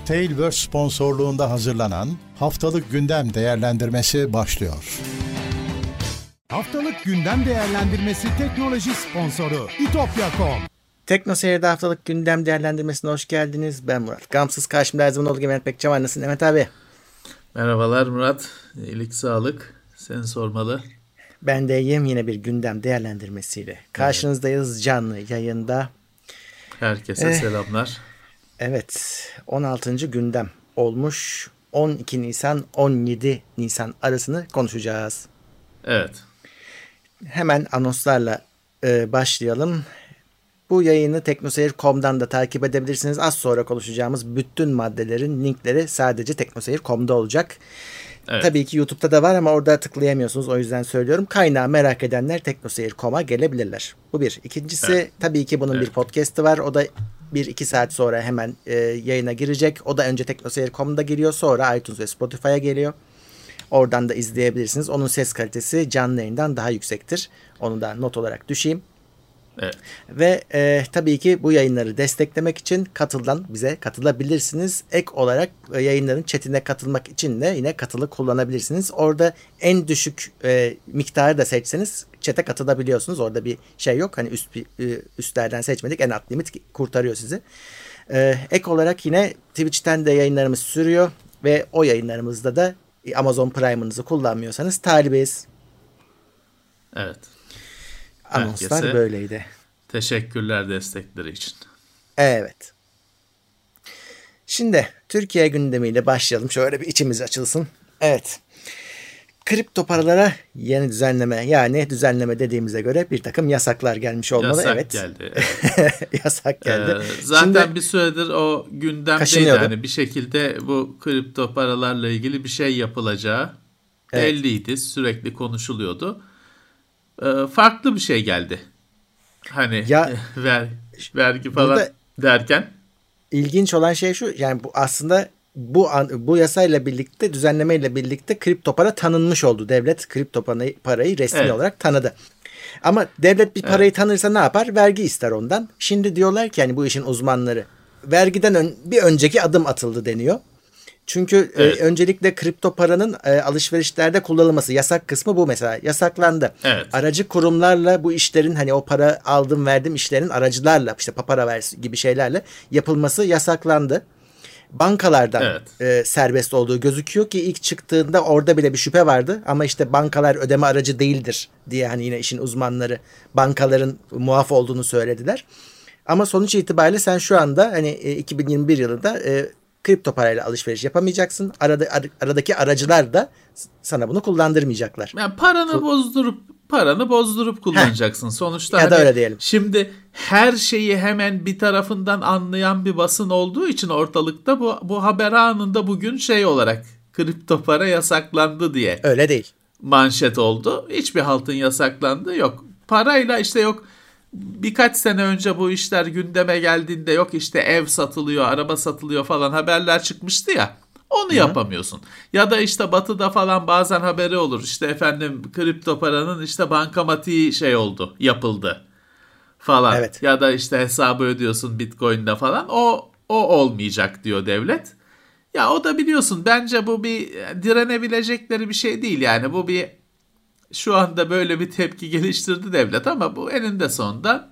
Tailverse sponsorluğunda hazırlanan Haftalık Gündem Değerlendirmesi başlıyor. Haftalık Gündem Değerlendirmesi teknoloji sponsoru itopya.com. Teknoseyir'de Haftalık Gündem Değerlendirmesi'ne hoş geldiniz. Ben Murat. Gamsız karşımda her zaman olduğu gibi Mehmet Bekçam var. Nasılsın Mehmet abi? Merhabalar Murat. İyilik, sağlık. Seni sormalı. Ben de iyiyim, yine bir gündem değerlendirmesiyle karşınızdayız canlı yayında. Herkese selamlar. Evet, 16. gündem olmuş. 12 Nisan 17 Nisan arasını konuşacağız. Evet. Hemen anonslarla başlayalım. Bu yayını teknoseyir.com'dan da takip edebilirsiniz. Az sonra konuşacağımız bütün maddelerin linkleri sadece teknoseyir.com'da olacak. Evet. Tabii ki YouTube'da da var ama orada tıklayamıyorsunuz. O yüzden söylüyorum. Kaynağı merak edenler teknoseyir.com'a gelebilirler. Bu bir. İkincisi, tabii ki bunun bir podcast'ı var. O da 1-2 saat sonra hemen yayına girecek. O da önce teknoseyir.com'da giriyor. Sonra iTunes ve Spotify'a geliyor. Oradan da izleyebilirsiniz. Onun ses kalitesi canlı yayından daha yüksektir. Onu da not olarak düşeyim. Evet. Ve tabii ki bu yayınları desteklemek için Katıl'dan bize katılabilirsiniz. Ek olarak yayınların chatine katılmak için de yine Katıl'ı kullanabilirsiniz. Orada en düşük miktarı da seçseniz chat'e katılabiliyorsunuz. Orada bir şey yok. Hani üstlerden seçmedik. En alt limit kurtarıyor sizi. Ek olarak yine Twitch'ten de yayınlarımız sürüyor. Ve o yayınlarımızda da Amazon Prime'ınızı kullanmıyorsanız talibiz. Evet. Anonslar herkese böyleydi. Teşekkürler destekleri için. Evet. Şimdi Türkiye gündemiyle başlayalım. Şöyle bir içimiz açılsın. Evet. Kripto paralara yeni düzenleme, yani düzenleme dediğimize göre bir takım yasaklar gelmiş olmalı. Yasak geldi. Yasak geldi. Zaten Şimdi, bir süredir o gündemdeydi. Yani bir şekilde bu kripto paralarla ilgili bir şey yapılacağı belliydi. Sürekli konuşuluyordu. Farklı bir şey geldi. Hani vergi falan derken. İlginç olan şey şu, yani bu aslında bu yasayla birlikte, düzenlemeyle birlikte kripto para tanınmış oldu. Devlet kripto parayı resmi olarak tanıdı. Ama devlet bir parayı tanırsa ne yapar? Vergi ister ondan. Şimdi diyorlar ki, yani bu işin uzmanları, vergiden bir önceki adım atıldı deniyor. Çünkü öncelikle kripto paranın alışverişlerde kullanılması, yasak kısmı bu mesela, yasaklandı. Evet. Aracı kurumlarla bu işlerin, hani o para aldım verdim işlerin aracılarla, işte papara versi gibi şeylerle yapılması yasaklandı. Bankalardan serbest olduğu gözüküyor ki ilk çıktığında orada bile bir şüphe vardı. Ama işte bankalar ödeme aracı değildir diye, hani yine işin uzmanları bankaların muaf olduğunu söylediler. Ama sonuç itibariyle sen şu anda hani 2021 yılında kripto parayla alışveriş yapamayacaksın. Aradaki aracılar da sana bunu kullandırmayacaklar. Yani paranı bozdurup kullanacaksın. Sonuçta ya da öyle diyelim. Şimdi her şeyi hemen bir tarafından anlayan bir basın olduğu için ortalıkta bu haber anında bugün şey olarak kripto para yasaklandı diye. Öyle değil. Manşet oldu. Hiçbir haltın yasaklandığı yok. Parayla işte yok. Birkaç sene önce bu işler gündeme geldiğinde yok işte ev satılıyor, araba satılıyor falan haberler çıkmıştı ya. Onu yapamıyorsun. Ya da işte Batı'da falan bazen haberi olur. İşte efendim kripto paranın işte bankamatiği şey oldu, yapıldı falan. Evet. Ya da işte hesabı ödüyorsun Bitcoin'de falan. O olmayacak diyor devlet. Ya o da biliyorsun, bence bu bir direnebilecekleri bir şey değil yani. Bu bir, şu anda böyle bir tepki geliştirdi devlet ama bu eninde sonunda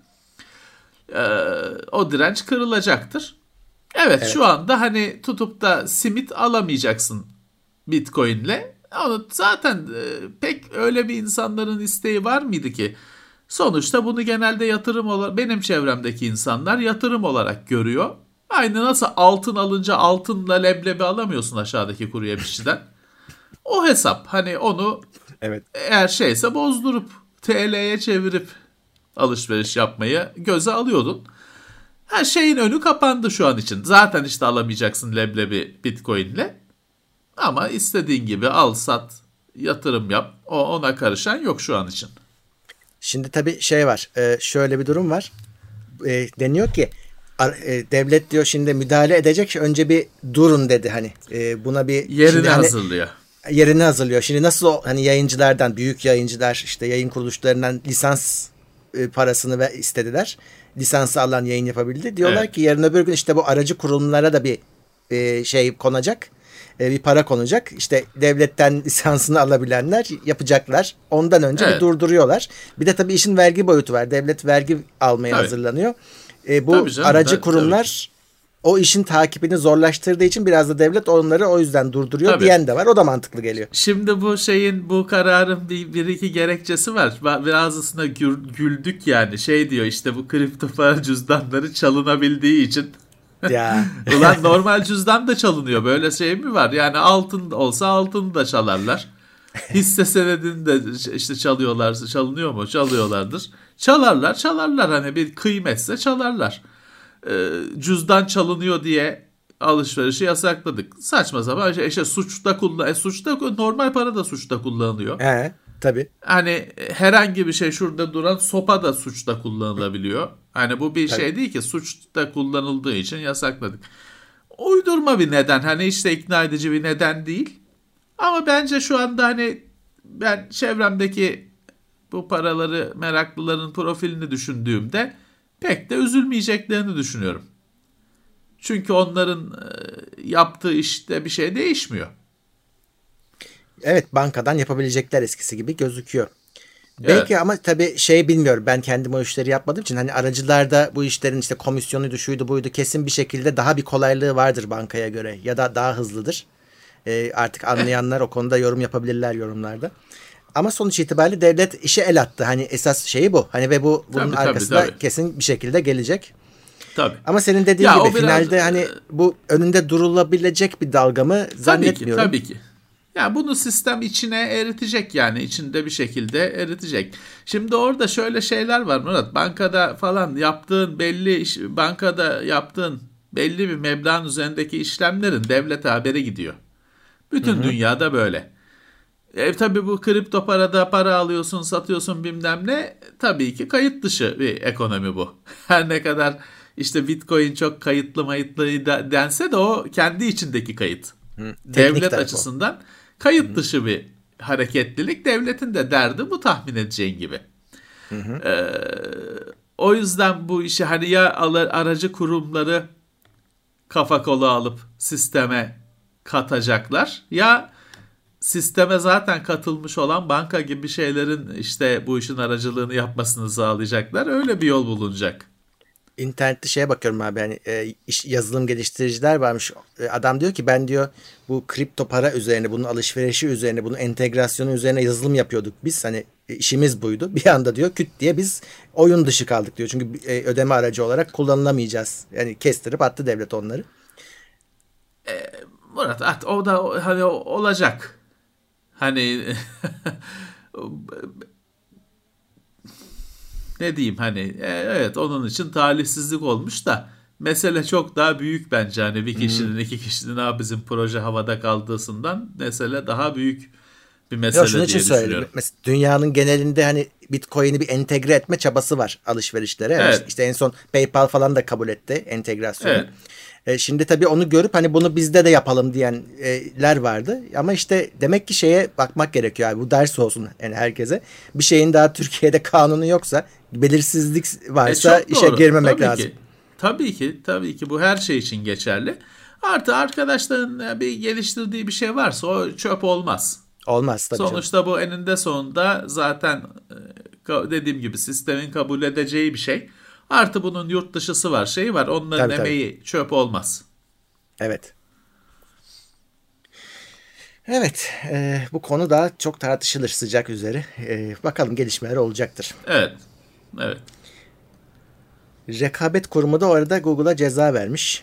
o direnç kırılacaktır. Evet, şu anda hani tutup da simit alamayacaksın Bitcoin'le. Onu zaten pek öyle bir insanların isteği var mıydı ki? Sonuçta bunu genelde yatırım olarak, benim çevremdeki insanlar yatırım olarak görüyor. Aynı nasıl altın alınca altınla leblebi alamıyorsun aşağıdaki kuru yemişçiden. O hesap, hani onu eğer şeyse bozdurup TL'ye çevirip alışveriş yapmayı göze alıyordun. Her şeyin önü kapandı şu an için. Zaten işte alamayacaksın leblebi Bitcoin'le. Ama istediğin gibi al, sat, yatırım yap. Ona karışan yok şu an için. Şimdi tabii şey var. Şöyle bir durum var. Deniyor ki devlet diyor şimdi müdahale edecek. Önce bir durun dedi, hani buna bir yerini hazırlıyor. Yerini hazırlıyor. Şimdi nasıl hani yayıncılardan, büyük yayıncılar işte yayın kuruluşlarından lisans parasını istediler. Lisansı alan yayın yapabildi. Diyorlar ki yarın öbür gün işte bu aracı kurumlara da bir şey konacak. Bir para konacak. İşte devletten lisansını alabilenler yapacaklar. Ondan önce bir durduruyorlar. Bir de tabii işin vergi boyutu var. Devlet vergi almaya hazırlanıyor. Bu aracı kurumlar o işin takibini zorlaştırdığı için biraz da devlet onları o yüzden durduruyor diyen de var. O da mantıklı geliyor. Şimdi bu kararın bir iki gerekçesi var. Birazısına güldük yani. Şey diyor işte bu kripto para cüzdanları çalınabildiği için. Ya. Ulan normal cüzdan da çalınıyor. Böyle şey mi var? Yani altın olsa altını da çalarlar. Hisse senedini de işte çalınıyor mu? Çalıyorlardır. Çalarlar. Hani bir kıymetse çalarlar. Cüzdan çalınıyor diye alışverişi yasakladık. Saçma sapan işte suçta normal para da suçta kullanılıyor. Tabii. Hani herhangi bir şey şurada duran sopa da suçta kullanılabiliyor. Hani bu bir şey değil ki suçta kullanıldığı için yasakladık. Uydurma bir neden. Hani işte ikna edici bir neden değil. Ama bence şu anda hani ben çevremdeki bu paraları meraklıların profilini düşündüğümde pek de üzülmeyeceklerini düşünüyorum. Çünkü onların yaptığı işte bir şey değişmiyor. Evet, bankadan yapabilecekler eskisi gibi gözüküyor. Belki ama tabii bilmiyorum. Ben kendim o işleri yapmadığım için hani aracılarda bu işlerin işte komisyonuydu, şuydu, buydu kesin bir şekilde daha bir kolaylığı vardır bankaya göre ya da daha hızlıdır. Artık anlayanlar o konuda yorum yapabilirler yorumlarda. Ama sonuç itibariyle devlet işe el attı. Hani esas şeyi bu. Hani ve bunun arkasında kesin bir şekilde gelecek. Tabii. Ama senin dediğin gibi finalde hani bu önünde durulabilecek bir dalga mı zannetmiyorum. Tabii ki. Ya bunu sistem içine eritecek yani içinde bir şekilde eritecek. Şimdi orada şöyle şeyler var Murat. Bankada falan bankada yaptığın belli bir meblağın üzerindeki işlemlerin devlete haberi gidiyor. Bütün dünyada böyle. Tabii bu kripto parada para alıyorsun, satıyorsun bilmem ne. Tabii ki kayıt dışı bir ekonomi bu. Her ne kadar işte Bitcoin çok kayıtlı dense de o kendi içindeki kayıt. Devlet açısından kayıt dışı bir hareketlilik. Devletin de derdi bu tahmin edeceğin gibi. O yüzden bu işi hani ya aracı kurumları kafa kola alıp sisteme katacaklar ya sisteme zaten katılmış olan banka gibi şeylerin işte bu işin aracılığını yapmasını sağlayacaklar. Öyle bir yol bulunacak. İnternette bakıyorum abi hani yazılım geliştiriciler varmış. Adam diyor ki ben diyor bu kripto para üzerine, bunun alışverişi üzerine, bunun entegrasyonu üzerine yazılım yapıyorduk. Biz hani işimiz buydu. Bir anda diyor küt diye biz oyun dışı kaldık diyor. Çünkü ödeme aracı olarak kullanılamayacağız. Yani kestirip attı devlet onları. Murat o da hani olacak. Hani ne diyeyim hani evet onun için talihsizlik olmuş da mesele çok daha büyük bence hani bir kişinin iki kişinin bizim proje havada kaldığından mesele daha büyük bir mesele diye düşünüyorum. Mesela dünyanın genelinde hani Bitcoin'i bir entegre etme çabası var alışverişlere. Evet. İşte en son PayPal falan da kabul etti entegrasyonu. Evet. Şimdi tabii onu görüp hani bunu bizde de yapalım diyenler vardı. Ama işte demek ki şeye bakmak gerekiyor abi. Bu ders olsun yani herkese. Bir şeyin daha Türkiye'de kanunu yoksa, belirsizlik varsa işe girmemek lazım. Tabii ki bu her şey için geçerli. Artı arkadaşların bir geliştirdiği bir şey varsa o çöp olmaz. Olmaz tabii. Sonuçta bu eninde sonunda zaten dediğim gibi sistemin kabul edeceği bir şey. Artı bunun yurt dışısı var, şeyi var. Onların emeği çöp olmaz. Evet. Evet. Bu konu daha çok tartışılır sıcak üzeri. Bakalım gelişmeler olacaktır. Evet. Rekabet Kurumu da orada Google'a ceza vermiş.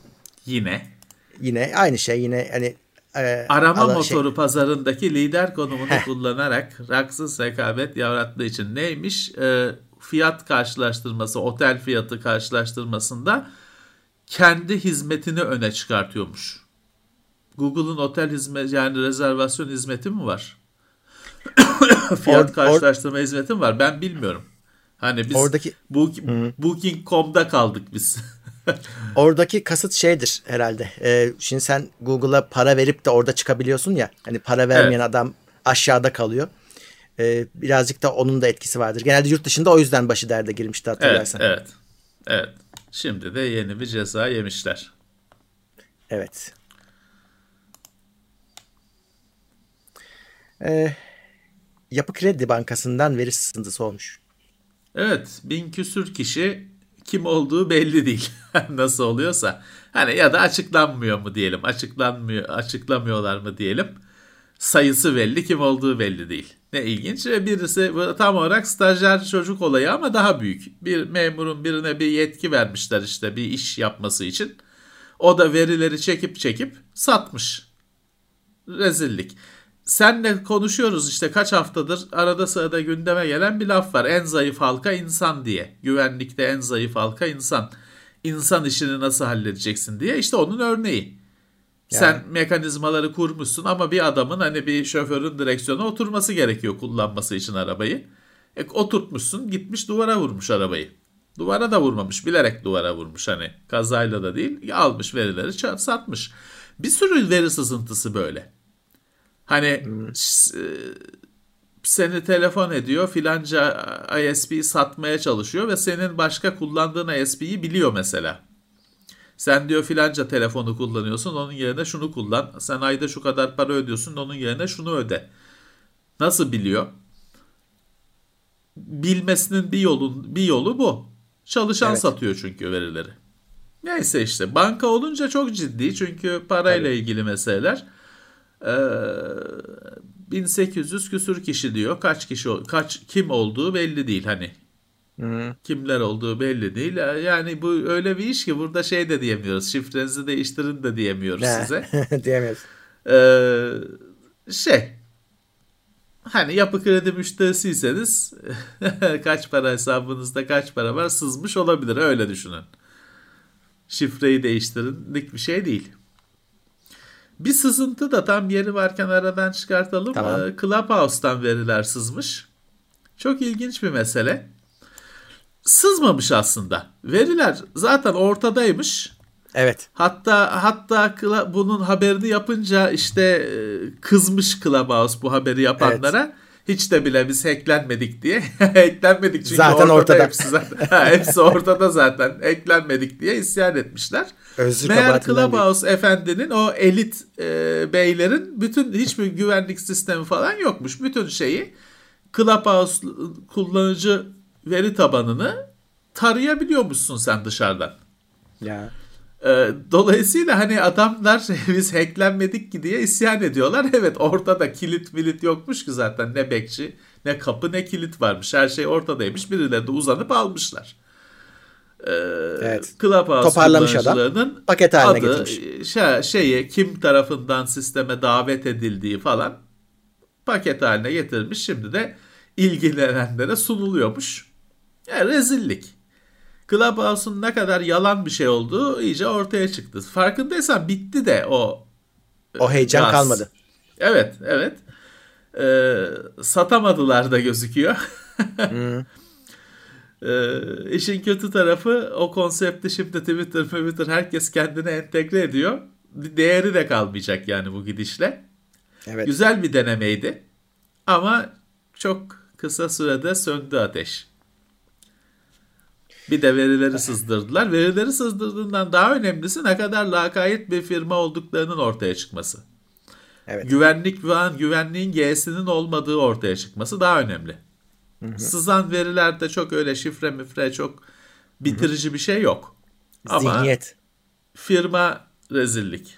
Yine aynı şey. Yine hani arama motoru pazarındaki lider konumunu kullanarak haksız rekabet yarattığı için neymiş? Fiyat karşılaştırması, otel fiyatı karşılaştırmasında kendi hizmetini öne çıkartıyormuş. Google'ın otel hizmeti yani rezervasyon hizmeti mi var? Fiyat karşılaştırma hizmeti mi var? Ben bilmiyorum. Hani biz Booking.com'da kaldık biz. Oradaki kasıt şeydir herhalde. Şimdi sen Google'a para verip de orada çıkabiliyorsun ya. Hani para vermeyen adam aşağıda kalıyor. Birazcık da onun da etkisi vardır. Genelde yurt dışında o yüzden başı derde girmişti hatırlarsan. Evet. Şimdi de yeni bir ceza yemişler. Evet. Yapı Kredi Bankası'ndan veri sızıntısı olmuş. Evet, 1000 küsür kişi, kim olduğu belli değil. Nasıl oluyorsa. Hani ya da açıklanmıyor mu diyelim. Açıklamıyorlar mı diyelim. Sayısı belli, kim olduğu belli değil. Ne ilginç. Ve birisi tam olarak stajyer çocuk olayı ama daha büyük. Bir memurun birine bir yetki vermişler işte bir iş yapması için. O da verileri çekip satmış. Rezillik. Senle konuşuyoruz işte kaç haftadır, arada sırada gündeme gelen bir laf var. En zayıf halka insan diye. Güvenlikte en zayıf halka insan. İnsan işini nasıl halledeceksin diye. İşte onun örneği. Sen mekanizmaları kurmuşsun ama bir adamın, hani bir şoförün direksiyona oturması gerekiyor kullanması için arabayı. Oturtmuşsun, gitmiş duvara vurmuş arabayı. Duvara da vurmamış, bilerek duvara vurmuş, hani kazayla da değil, almış verileri satmış. Bir sürü veri sızıntısı böyle. Hani seni telefon ediyor, filanca ISP'yi satmaya çalışıyor ve senin başka kullandığın ISP'yi biliyor mesela. Sen diyor filanca telefonu kullanıyorsun, onun yerine şunu kullan. Sen ayda şu kadar para ödüyorsun, onun yerine şunu öde. Nasıl biliyor? Bilmesinin bir yolu bu. Çalışan satıyor çünkü verileri. Neyse işte banka olunca çok ciddi çünkü parayla ilgili meseleler. 1800 küsür kişi diyor. Kim olduğu belli değil hani. Kimler olduğu belli değil. Yani bu öyle bir iş ki burada şey de diyemiyoruz. Şifrenizi değiştirin de diyemiyoruz size. Diyemiyoruz. Hani Yapı Kredi müşterisiyseniz kaç para hesabınızda kaç para var sızmış olabilir. Öyle düşünün. Şifreyi değiştirinlik bir şey değil. Bir sızıntı da tam yeri varken aradan çıkartalım. Tamam. Clubhouse'tan veriler sızmış. Çok ilginç bir mesele. Sızmamış aslında. Veriler zaten ortadaymış. Evet. Hatta bunun haberini yapınca işte kızmış Clubhouse bu haberi yapanlara. Evet. Hiç de bile biz hacklenmedik diye. Hacklenmedik çünkü zaten ortada. Hepsi ortada zaten. Hacklenmedik diye isyan etmişler. Meğer Clubhouse efendinin o elit beylerin hiçbir güvenlik sistemi falan yokmuş. Bütün şeyi Clubhouse kullanıcı veri tabanını tarayabiliyormuşsun sen dışarıdan. Ya. Dolayısıyla hani adamlar biz hacklenmedik ki diye isyan ediyorlar. Evet, ortada kilit yokmuş ki zaten, ne bekçi ne kapı ne kilit varmış. Her şey ortadaymış. Birileri de uzanıp almışlar. Evet. Clubhouse toparlamış adam. Paket haline getirmiş. Kim tarafından sisteme davet edildiği falan paket haline getirmiş. Şimdi de ilgilenenlere sunuluyormuş. Rezillik. Clubhouse'un ne kadar yalan bir şey olduğu iyice ortaya çıktı. Farkındaysan bitti de o heyecan gaz. Kalmadı. Evet. Satamadılar da gözüküyor. İşin kötü tarafı, o konsepti şimdi Twitter herkes kendine entegre ediyor. Değeri de kalmayacak yani bu gidişle. Evet. Güzel bir denemeydi. Ama çok kısa sürede söndü ateş. Bir de verileri sızdırdılar. Verileri sızdırdığından daha önemlisi ne kadar lakayt bir firma olduklarının ortaya çıkması. Evet. Güvenliğin G'sinin olmadığı ortaya çıkması daha önemli. Hı-hı. Sızan verilerde çok öyle şifre çok bitirici bir şey yok. Zihniyet. Ama firma rezillik.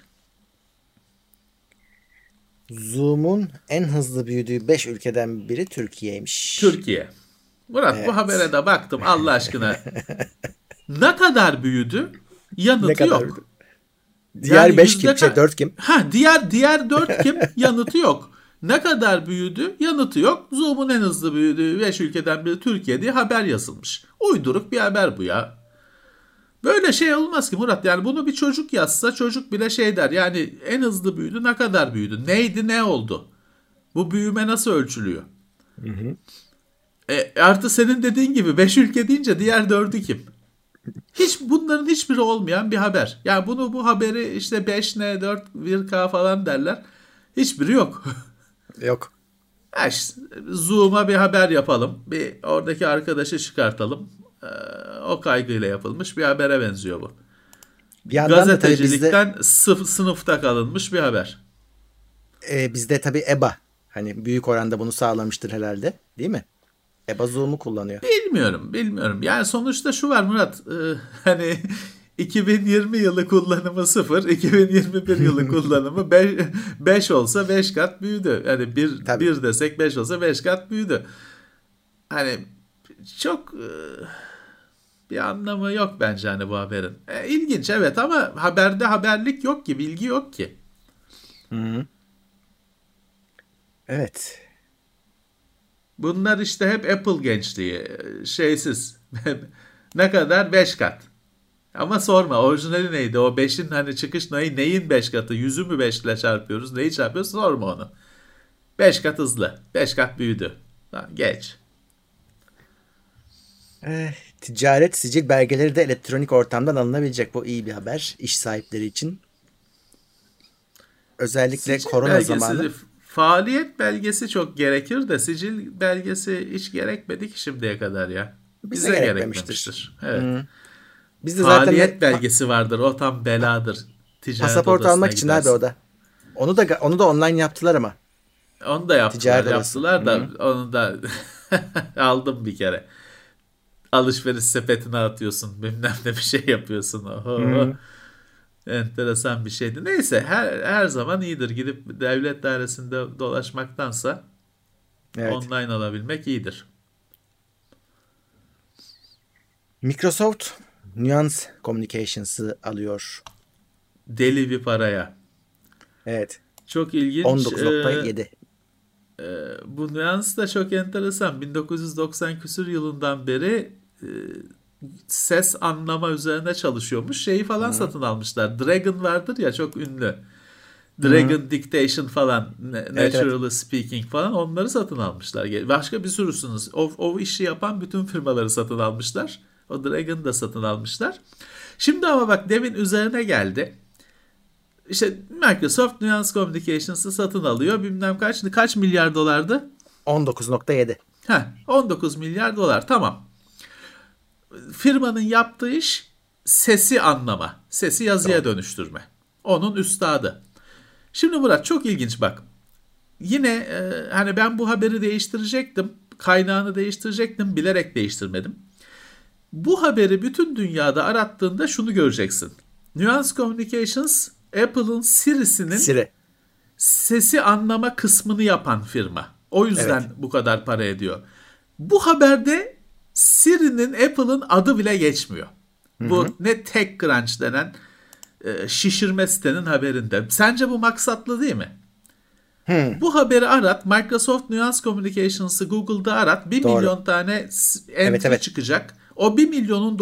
Zoom'un en hızlı büyüdüğü 5 ülkeden biri Türkiye'ymiş. Türkiye. Murat, evet. Bu habere de baktım Allah aşkına. Ne kadar büyüdü? Yanıtı yok. Büyüdü? Diğer 5 kim? 4 kim? Diğer 4 kim? Yanıtı yok. Ne kadar büyüdü? Yanıtı yok. Zoom'un en hızlı büyüdüğü 5 ülkeden biri Türkiye diye haber yazılmış. Uyduruk bir haber bu ya. Böyle şey olmaz ki Murat. Yani bunu bir çocuk yazsa çocuk bile şey der. Yani en hızlı büyüdü, ne kadar büyüdü? Neydi, ne oldu? Bu büyüme nasıl ölçülüyor? Hı. Artı senin dediğin gibi 5 ülke deyince diğer 4'ü kim? Bunların hiçbiri olmayan bir haber. Yani bu haberi işte 5N, 1K falan derler. Hiçbiri yok. Yok. İşte, Zoom'a bir haber yapalım. Bir oradaki arkadaşı çıkartalım. O kaygıyla yapılmış bir habere benziyor bu. Bir yandan da tabii gazetecilikten sınıfta kalınmış bir haber. Bizde tabii EBA hani büyük oranda bunu sağlamıştır herhalde, değil mi? EBA Zoom'u kullanıyor. Bilmiyorum. Yani sonuçta şu var Murat, hani 2020 yılı kullanımı 0, 2021 yılı kullanımı 5 olsa 5 kat büyüdü. Yani 1 desek 5 olsa 5 kat büyüdü. Hani çok bir anlamı yok bence hani bu haberin. İlginç evet, ama haberde haberlik yok ki, bilgi yok ki. Hı. Evet. Bunlar işte hep Apple gençliği, şeysiz. Ne kadar? 5 kat. Ama sorma, orijinali neydi? O 5'in hani çıkış neyin 5 katı? 100'ü mü 5 ile çarpıyoruz? Neyi çarpıyoruz? Sorma onu. 5 kat hızlı. 5 kat büyüdü. Lan geç. Ticaret sicil belgeleri de elektronik ortamdan alınabilecek. Bu iyi bir haber iş sahipleri için. Özellikle Sicil korona belgesi, zamanı. faaliyet belgesi çok gerekir de sicil belgesi hiç gerekmedi ki şimdiye kadar ya. Bize gerekmemiştir. Evet. Biz de zaten Faaliyet belgesi vardır. O tam beladır. Ticaret pasaport odasına almak için gidersin. abi o da. Onu da online yaptılar ama. Onu da Ticaret odası. yaptılar da onu da aldım bir kere. Alışveriş sepetine atıyorsun. Bilmem ne bir şey yapıyorsun. Oho. Enteresan bir şeydi. Neyse her zaman iyidir. Gidip devlet dairesinde dolaşmaktansa Evet. online alabilmek iyidir. Microsoft Nuance Communications'ı alıyor. Deli bir paraya. Evet. Çok ilginç. 19.7. Bu nüans da çok enteresan. 1990 küsur yılından beri ses anlama üzerine çalışıyormuş. Şeyi falan satın almışlar. Dragon vardır ya, çok ünlü. Dragon Dictation falan, Naturally Speaking falan, onları satın almışlar. Başka bir sürüsünüz. O işi yapan bütün firmaları satın almışlar. O Dragon'ı da satın almışlar. Şimdi ama bak, demin üzerine geldi. İşte Microsoft Nuance Communications'ı satın alıyor. Bilmem kaç milyar dolardı? 19.7. 19 milyar dolar. Tamam. Firmanın yaptığı iş sesi anlama. Sesi yazıya dönüştürme. Onun üstadı. Şimdi Murat, çok ilginç bak. Yine hani ben bu haberi değiştirecektim. Kaynağını değiştirecektim. Bilerek değiştirmedim. Bu haberi bütün dünyada arattığında şunu göreceksin. Nuance Communications, Apple'ın Siri'sinin sesi anlama kısmını yapan firma. O yüzden bu kadar para ediyor. Bu haberde Siri'nin, Apple'ın adı bile geçmiyor. Bu ne TechCrunch denen şişirme sitenin haberinde. Sence bu maksatlı değil mi? Bu haberi arat. Microsoft Nuance Communications'ı Google'da arat. 1 milyon tane entry çıkacak. O 1 milyonun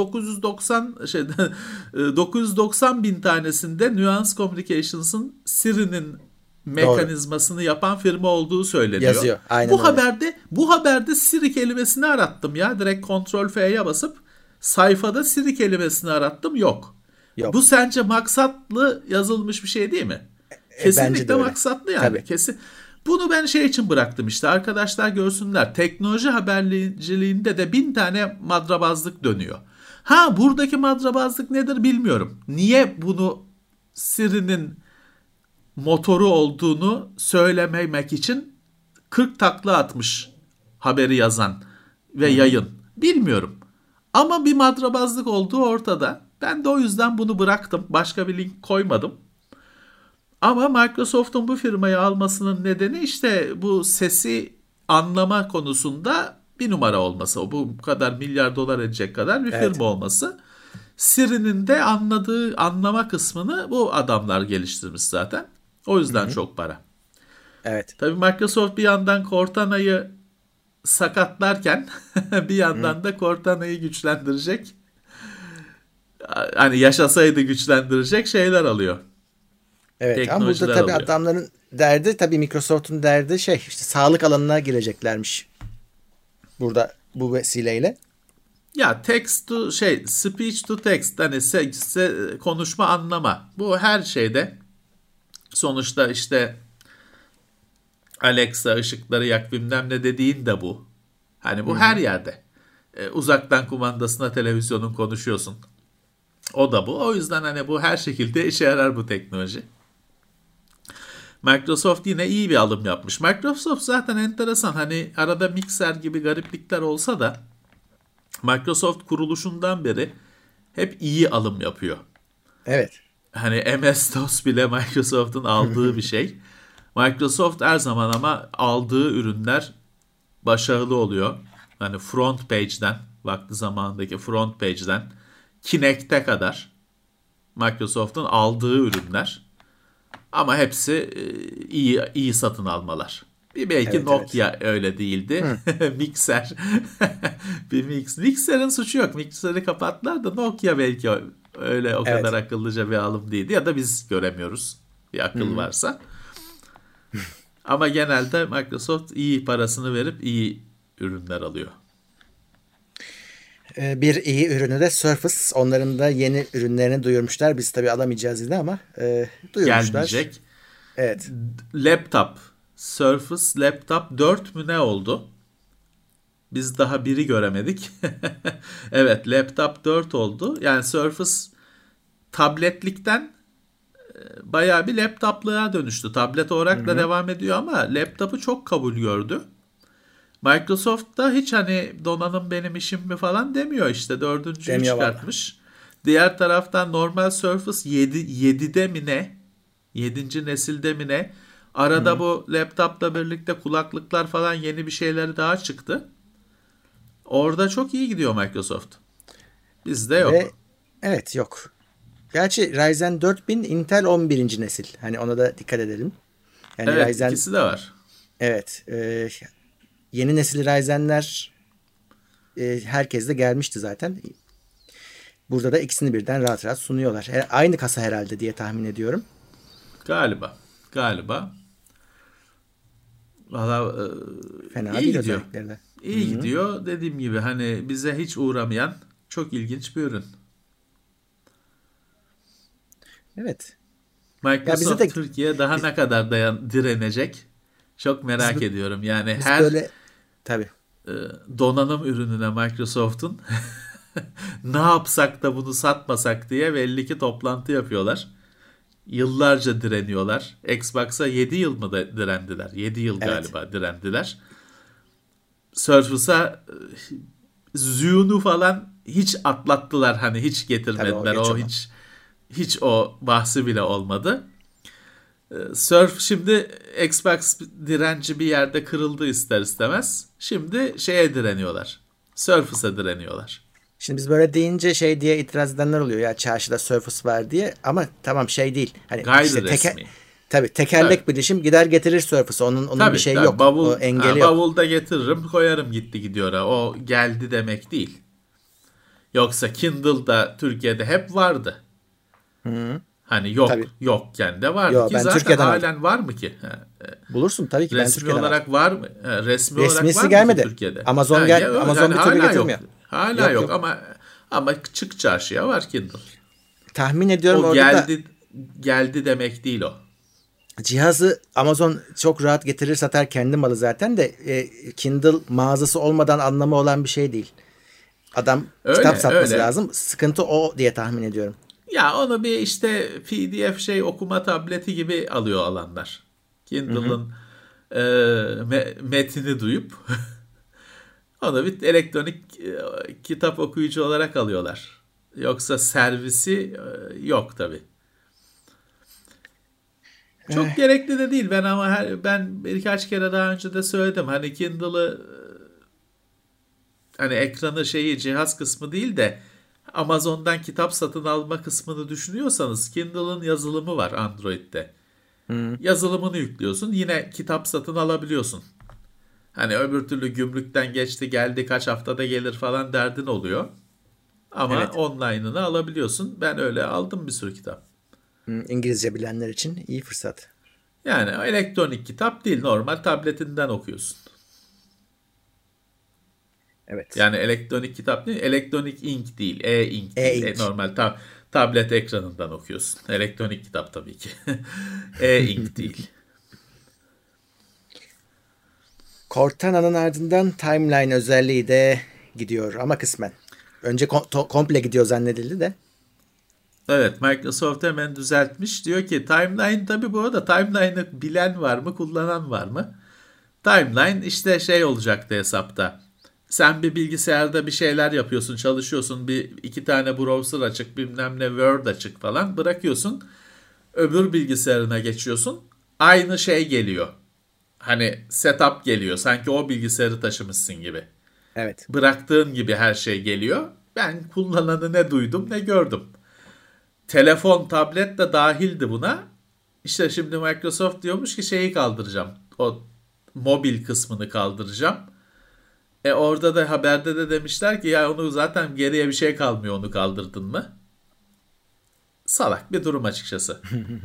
990 bin tanesinde Nuance Communications'ın Siri'nin mekanizmasını yapan firma olduğu söyleniyor. Yazıyor. Aynen bu haberde Siri kelimesini arattım ya. Direkt Ctrl+F'ye basıp sayfada Siri kelimesini arattım. Yok. Bu sence maksatlı yazılmış bir şey değil mi? Kesinlikle maksatlı yani. Tabii. Kesin. Bunu ben şey için bıraktım işte. Arkadaşlar görsünler. Teknoloji haberciliğinde de 1000 tane madrabazlık dönüyor. Buradaki madrabazlık nedir bilmiyorum. Niye bunu Siri'nin motoru olduğunu söylememek için 40 takla atmış haberi yazan ve yayın. Bilmiyorum. Ama bir madrabazlık olduğu ortada. Ben de o yüzden bunu bıraktım. Başka bir link koymadım. Ama Microsoft'un bu firmayı almasının nedeni işte bu sesi anlama konusunda bir numara olması. Bu kadar milyar dolar edecek kadar bir firma olması. Siri'nin de anlama kısmını bu adamlar geliştirmiş zaten. O yüzden çok para. Evet. Tabii Microsoft bir yandan Cortana'yı sakatlarken bir yandan da Cortana'yı güçlendirecek, hani yaşasaydı güçlendirecek şeyler alıyor. Evet, ama burada tabii adamların derdi, tabii Microsoft'un derdi işte sağlık alanına gireceklermiş. Burada bu vesileyle. Ya speech to text, hani konuşma anlama. Bu her şeyde sonuçta işte Alexa, ışıkları yak, bilmem ne dediğin de bu. Hani bu her yerde. Uzaktan kumandasına televizyonun konuşuyorsun. O da bu. O yüzden hani bu her şekilde işe yarar bu teknoloji. Microsoft yine iyi bir alım yapmış. Microsoft zaten enteresan. Hani arada Mixer gibi gariplikler olsa da Microsoft kuruluşundan beri hep iyi alım yapıyor. Evet. Hani MS-DOS bile Microsoft'un aldığı bir şey. Microsoft her zaman ama aldığı ürünler başarılı oluyor. Hani front page'den, vakti zamanındaki front page'den Kinect'e kadar Microsoft'un aldığı ürünler. Ama hepsi iyi satın almalar. Bir belki Evet, Nokia öyle değildi. Mixer. Mixer'in suçu yok. Mixer'i kapattılar da Nokia belki öyle o kadar akıllıca bir alım değildi. Ya da biz göremiyoruz. Bir akıl varsa. Ama genelde Microsoft iyi parasını verip iyi ürünler alıyor. Bir iyi ürünü de Surface. Onların da yeni ürünlerini duyurmuşlar. Biz tabii alamayacağız yine ama duyurmuşlar. Gelmeyecek. Evet. Laptop. Surface Laptop 4 mü ne oldu? Biz daha biri göremedik. Evet, Laptop 4 oldu. Yani Surface tabletlikten bayağı bir laptopluğa dönüştü. Tablet olarak da devam ediyor ama laptopu çok kabul gördü. Microsoft da hiç hani donanım benim işim mi falan demiyor işte. 4.'ü çıkartmış. Vallahi. Diğer taraftan normal Surface 7'de mi ne? 7. nesilde mi ne? Arada bu laptopla birlikte kulaklıklar falan yeni bir şeyleri daha çıktı. Orada çok iyi gidiyor Microsoft. Bizde yok. Evet, yok. Gerçi Ryzen 4000 Intel 11. nesil. Hani ona da dikkat edelim. Yani evet, Ryzen, ikisi de var. Evet. Yeni nesil Ryzen'ler herkeste gelmişti zaten. Burada da ikisini birden rahat rahat sunuyorlar. Aynı kasa herhalde diye tahmin ediyorum. Galiba. Valla fena iyi değil gidiyor. İyi Hı-hı. gidiyor. Dediğim gibi hani bize hiç uğramayan çok ilginç bir ürün. Evet. Microsoft Türkiye daha ne kadar direnecek? Çok merak ediyorum. Yani her böyle, tabii. Donanım ürününe Microsoft'un ne yapsak da bunu satmasak diye belli ki toplantı yapıyorlar. Yıllarca direniyorlar. Xbox'a 7 yıl mı da direndiler? 7 yıl galiba direndiler. Surface'a Zune'u falan hiç atlattılar. Hani hiç getirmediler. Tabii, hiç o bahsi bile olmadı. Şimdi Xbox direnci bir yerde kırıldı ister istemez. Şimdi şeye direniyorlar. Surface'a direniyorlar. Şimdi biz böyle deyince diye itiraz edenler oluyor ya, çarşıda Surface var diye, ama tamam değil. Hani gayri işte resmi. Tabii tekerlek bilişim gider getirir Surface. Onun bir şey yok. O engeli yok. Bavulda getiririm, koyarım gidiyor. O geldi demek değil. Yoksa Kindle'da Türkiye'de hep vardı. Hı. Hani yokken de vardı ki zaten Türkiye'den halen aldım. Var mı ki? Bulursun tabii ki. Resmi olarak var mı? Resmisi olarak var mı gelmedi. Türkiye'de? Amazon bir türlü getirmiyor. Hala yok ama çık çarşıya var Kindle. Tahmin ediyorum o geldi demek değil o. Cihazı Amazon çok rahat getirir satar, kendi malı zaten de Kindle mağazası olmadan anlamı olan bir şey değil. Adam kitap satması lazım. Sıkıntı o diye tahmin ediyorum. Ya onu bir işte PDF okuma tableti gibi alıyor alanlar. Kindle'ın metini duyup onu bir elektronik kitap okuyucu olarak alıyorlar. Yoksa servisi yok tabii. Çok gerekli de değil. Ben birkaç kere daha önce de söyledim. Hani Kindle'ı hani ekranı cihaz kısmı değil de Amazon'dan kitap satın alma kısmını düşünüyorsanız Kindle'ın yazılımı var Android'de. Yazılımını yüklüyorsun. Yine kitap satın alabiliyorsun. Hani öbür türlü gümrükten geçti geldi kaç haftada gelir falan derdin oluyor. Ama online'ını alabiliyorsun. Ben öyle aldım bir sürü kitap. İngilizce bilenler için iyi fırsat. Yani elektronik kitap değil. Normal tabletinden okuyorsun. Evet. Yani elektronik kitap değil. Elektronik ink değil. E-ink değil. Normal tablet ekranından okuyorsun. Elektronik kitap tabii ki. E-ink değil. Cortana'nın ardından Timeline özelliği de gidiyor ama kısmen. Önce komple gidiyor zannedildi de. Evet, Microsoft hemen düzeltmiş. Diyor ki timeline, tabii bu arada timeline'ı bilen var mı, kullanan var mı? Timeline işte şey olacaktı hesapta. Sen bir bilgisayarda bir şeyler yapıyorsun, çalışıyorsun. İki tane browser açık, bilmem ne Word açık falan bırakıyorsun. Öbür bilgisayarına geçiyorsun. Aynı şey geliyor. Hani setup geliyor. Sanki o bilgisayarı taşımışsın gibi. Evet. Bıraktığın gibi her şey geliyor. Ben kullananı ne duydum ne gördüm. Telefon, tablet de dahildi buna. İşte şimdi Microsoft diyormuş ki şeyi kaldıracağım. O mobil kısmını kaldıracağım. Orada da haberde de demişler ki ya onu zaten geriye bir şey kalmıyor onu kaldırdın mı? Salak bir durum açıkçası.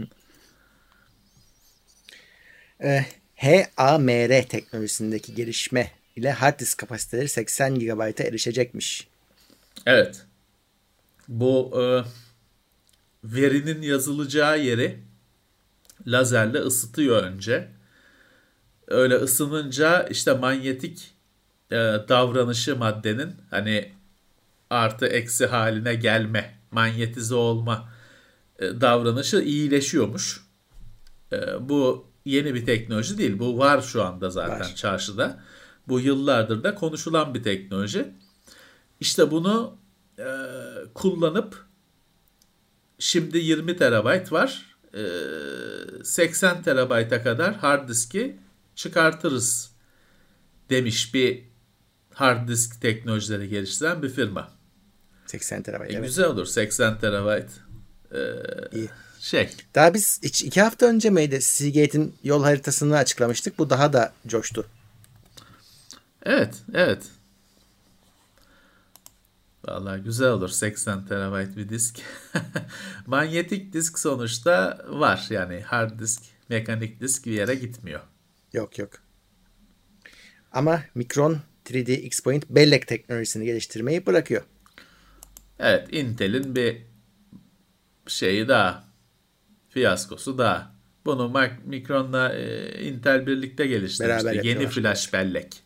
HAMR teknolojisindeki gelişme ile hard disk kapasiteleri 80 GB'a erişecekmiş. Evet. Bu verinin yazılacağı yeri lazerle ısıtıyor önce. Öyle ısınınca işte manyetik davranışı maddenin hani artı eksi haline gelme, manyetize olma davranışı iyileşiyormuş. Bu yeni bir teknoloji değil. Bu var şu anda zaten çarşıda. Bu yıllardır da konuşulan bir teknoloji. İşte bunu kullanıp şimdi 20 terabayt var. 80 terabayta kadar hard diski çıkartırız demiş bir hard disk teknolojileri geliştiren bir firma. 80 terabayt. Evet. Güzel olur 80 terabayt. İyi. Daha biz 2 hafta önce miydi Seagate'in yol haritasını açıklamıştık. Bu daha da coştu. Evet, evet. Vallahi güzel olur 80 terabayt bir disk. Manyetik disk sonuçta var yani hard disk, mekanik disk bir yere gitmiyor. Yok. Ama Micron 3D X-Point bellek teknolojisini geliştirmeyi bırakıyor. Evet, Intel'in bir şeyi daha, fiyaskosu daha. Bunu Micron'la Intel birlikte geliştirmişti. Yeni flash bellek.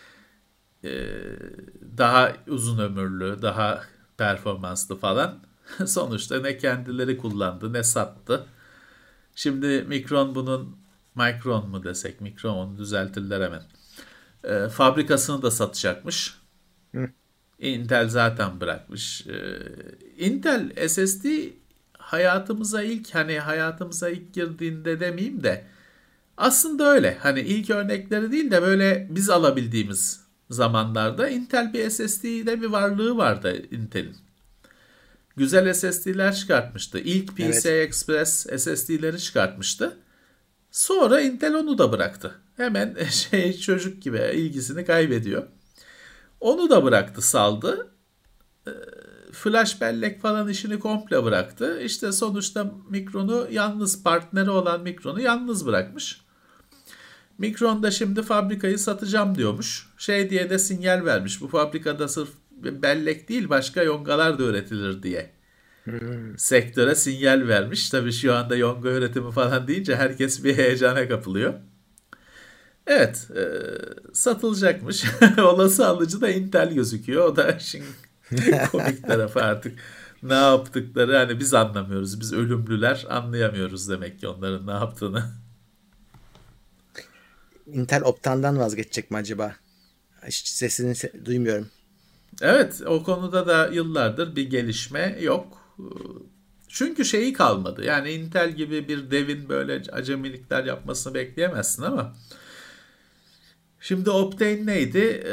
Daha uzun ömürlü, daha performanslı falan. Sonuçta ne kendileri kullandı ne sattı. Şimdi Micron mu desek, Micron onu düzeltirler hemen. Fabrikasını da satacakmış. Intel zaten bırakmış. Intel SSD hayatımıza ilk girdiğinde demeyeyim de aslında öyle. Hani ilk örnekleri değil de böyle biz alabildiğimiz zamanlarda Intel bir SSD'de bir varlığı vardı Intel'in. Güzel SSD'ler çıkartmıştı. İlk PCI Express SSD'leri çıkartmıştı. Sonra Intel onu da bıraktı. Hemen çocuk gibi ilgisini kaybediyor. Onu da bıraktı, saldı. Flash bellek falan işini komple bıraktı. İşte sonuçta partneri olan Micron'u yalnız bırakmış. Micron da şimdi fabrikayı satacağım diyormuş. Diye de sinyal vermiş. Bu fabrikada sırf bellek değil başka yongalar da üretilir diye. Sektöre sinyal vermiş. Tabii şu anda yonga üretimi falan deyince herkes bir heyecana kapılıyor. Evet, satılacakmış. Olası alıcı da Intel gözüküyor. O da işin komik tarafı artık. Ne yaptıkları hani biz anlamıyoruz. Biz ölümlüler anlayamıyoruz demek ki onların ne yaptığını. Intel Optane'dan vazgeçecek mi acaba? Hiç sesini duymuyorum. Evet, o konuda da yıllardır bir gelişme yok. Çünkü şeyi kalmadı. Yani Intel gibi bir devin böyle acemilikler yapmasını bekleyemezsin ama şimdi Optane neydi?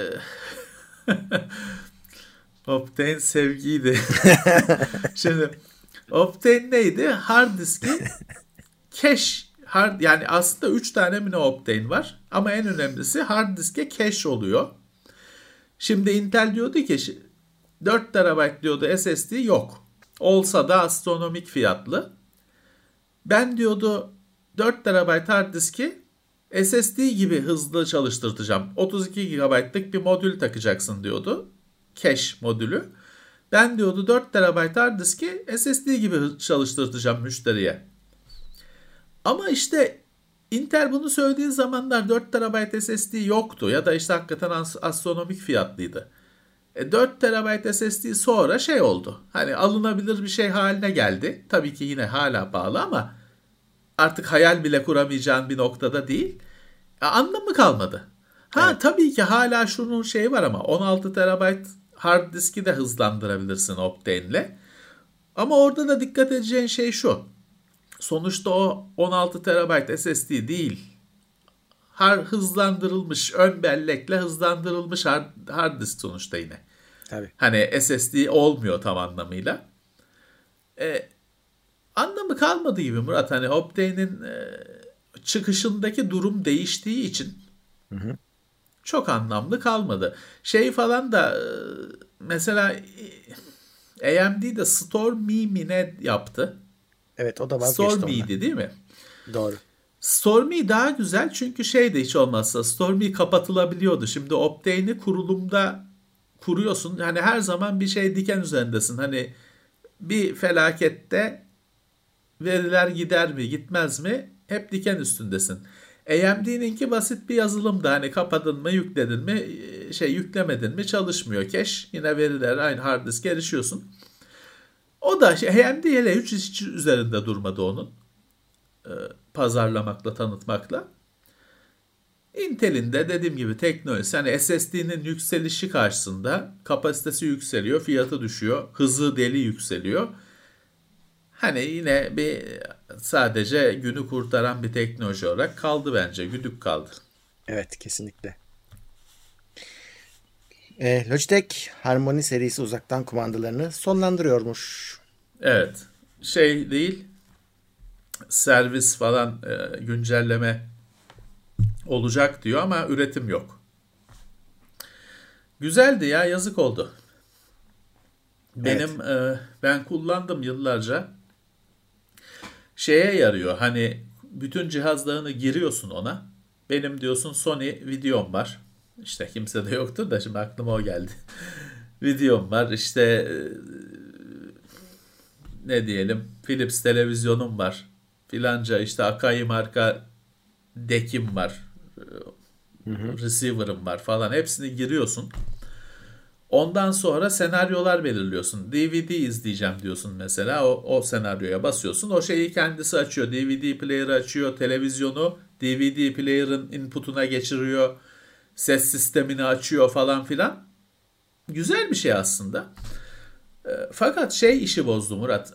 Optane sevgiydi. Şimdi Optane neydi? Hard diski cache yani aslında 3 tane mi ne Optane var ama en önemlisi hard diske cache oluyor. Şimdi Intel diyordu ki 4 TB diyordu SSD yok. Olsa da astronomik fiyatlı. Ben diyordu 4 TB hard diski SSD gibi hızlı çalıştırtacağım. 32 GB'lık bir modül takacaksın diyordu. Cache modülü. Ben diyordu 4 TB hard diski SSD gibi çalıştırtacağım müşteriye. Ama işte Intel bunu söylediği zamanlar 4 TB SSD yoktu ya da işte hakikaten astronomik fiyatlıydı. 4 TB SSD sonra şey oldu. Hani alınabilir bir şey haline geldi. Tabii ki yine hala pahalı ama artık hayal bile kuramayacağın bir noktada değil. Anlamı kalmadı. Evet. Tabii ki hala şunun şeyi var ama 16 TB hard diski de hızlandırabilirsin Optane'le. Ama orada da dikkat edeceğin şey şu. Sonuçta o 16 TB SSD değil. Hızlandırılmış, ön bellekle hızlandırılmış hard disk sonuçta yine. Tabii. Hani SSD olmuyor tam anlamıyla. Anlamı kalmadı gibi Murat. Hani Optane'in çıkışındaki durum değiştiği için çok anlamlı kalmadı. Şey falan da mesela AMD de Stormy mi ne yaptı? Evet, o da vazgeçti ondan. Stormy'di değil mi? Doğru. Stormy daha güzel çünkü şey de hiç olmazsa Stormy kapatılabiliyordu. Şimdi Optane'i kurulumda kuruyorsun. Hani her zaman bir şey diken üzerindesin. Hani bir felakette veriler gider mi gitmez mi hep diken üstündesin. AMD'ninki basit bir yazılımdı. Hani kapadın mı yükledin mi yüklemedin mi çalışmıyor cache. Yine veriler aynı hard disk erişiyorsun. O da AMD hele hiç üzerinde durmadı onun. Pazarlamakla, tanıtmakla. Intel'in de dediğim gibi teknolojisi, hani SSD'nin yükselişi karşısında kapasitesi yükseliyor, fiyatı düşüyor, hızı deli yükseliyor. Hani yine bir sadece günü kurtaran bir teknoloji olarak kaldı bence, güdük kaldı. Evet, kesinlikle. Logitech Harmony serisi uzaktan kumandalarını sonlandırıyormuş. Evet, şey değil, servis falan güncelleme olacak diyor ama üretim yok. Güzeldi ya, yazık oldu. Benim ben kullandım yıllarca. Şeye yarıyor, hani bütün cihazlarını giriyorsun ona. Benim diyorsun Sony videom var. İşte kimse de yoktur da şimdi aklıma o geldi. Videom var işte, ne diyelim, Philips televizyonum var. Filanca işte Akai marka deck'im var. Receiver'ım var falan, hepsini giriyorsun. Ondan sonra senaryolar belirliyorsun. DVD izleyeceğim diyorsun mesela. O senaryoya basıyorsun. O şeyi kendisi açıyor. DVD player'ı açıyor. Televizyonu DVD player'ın input'una geçiriyor. Ses sistemini açıyor falan filan. Güzel bir şey aslında. Fakat şey işi bozdu Murat.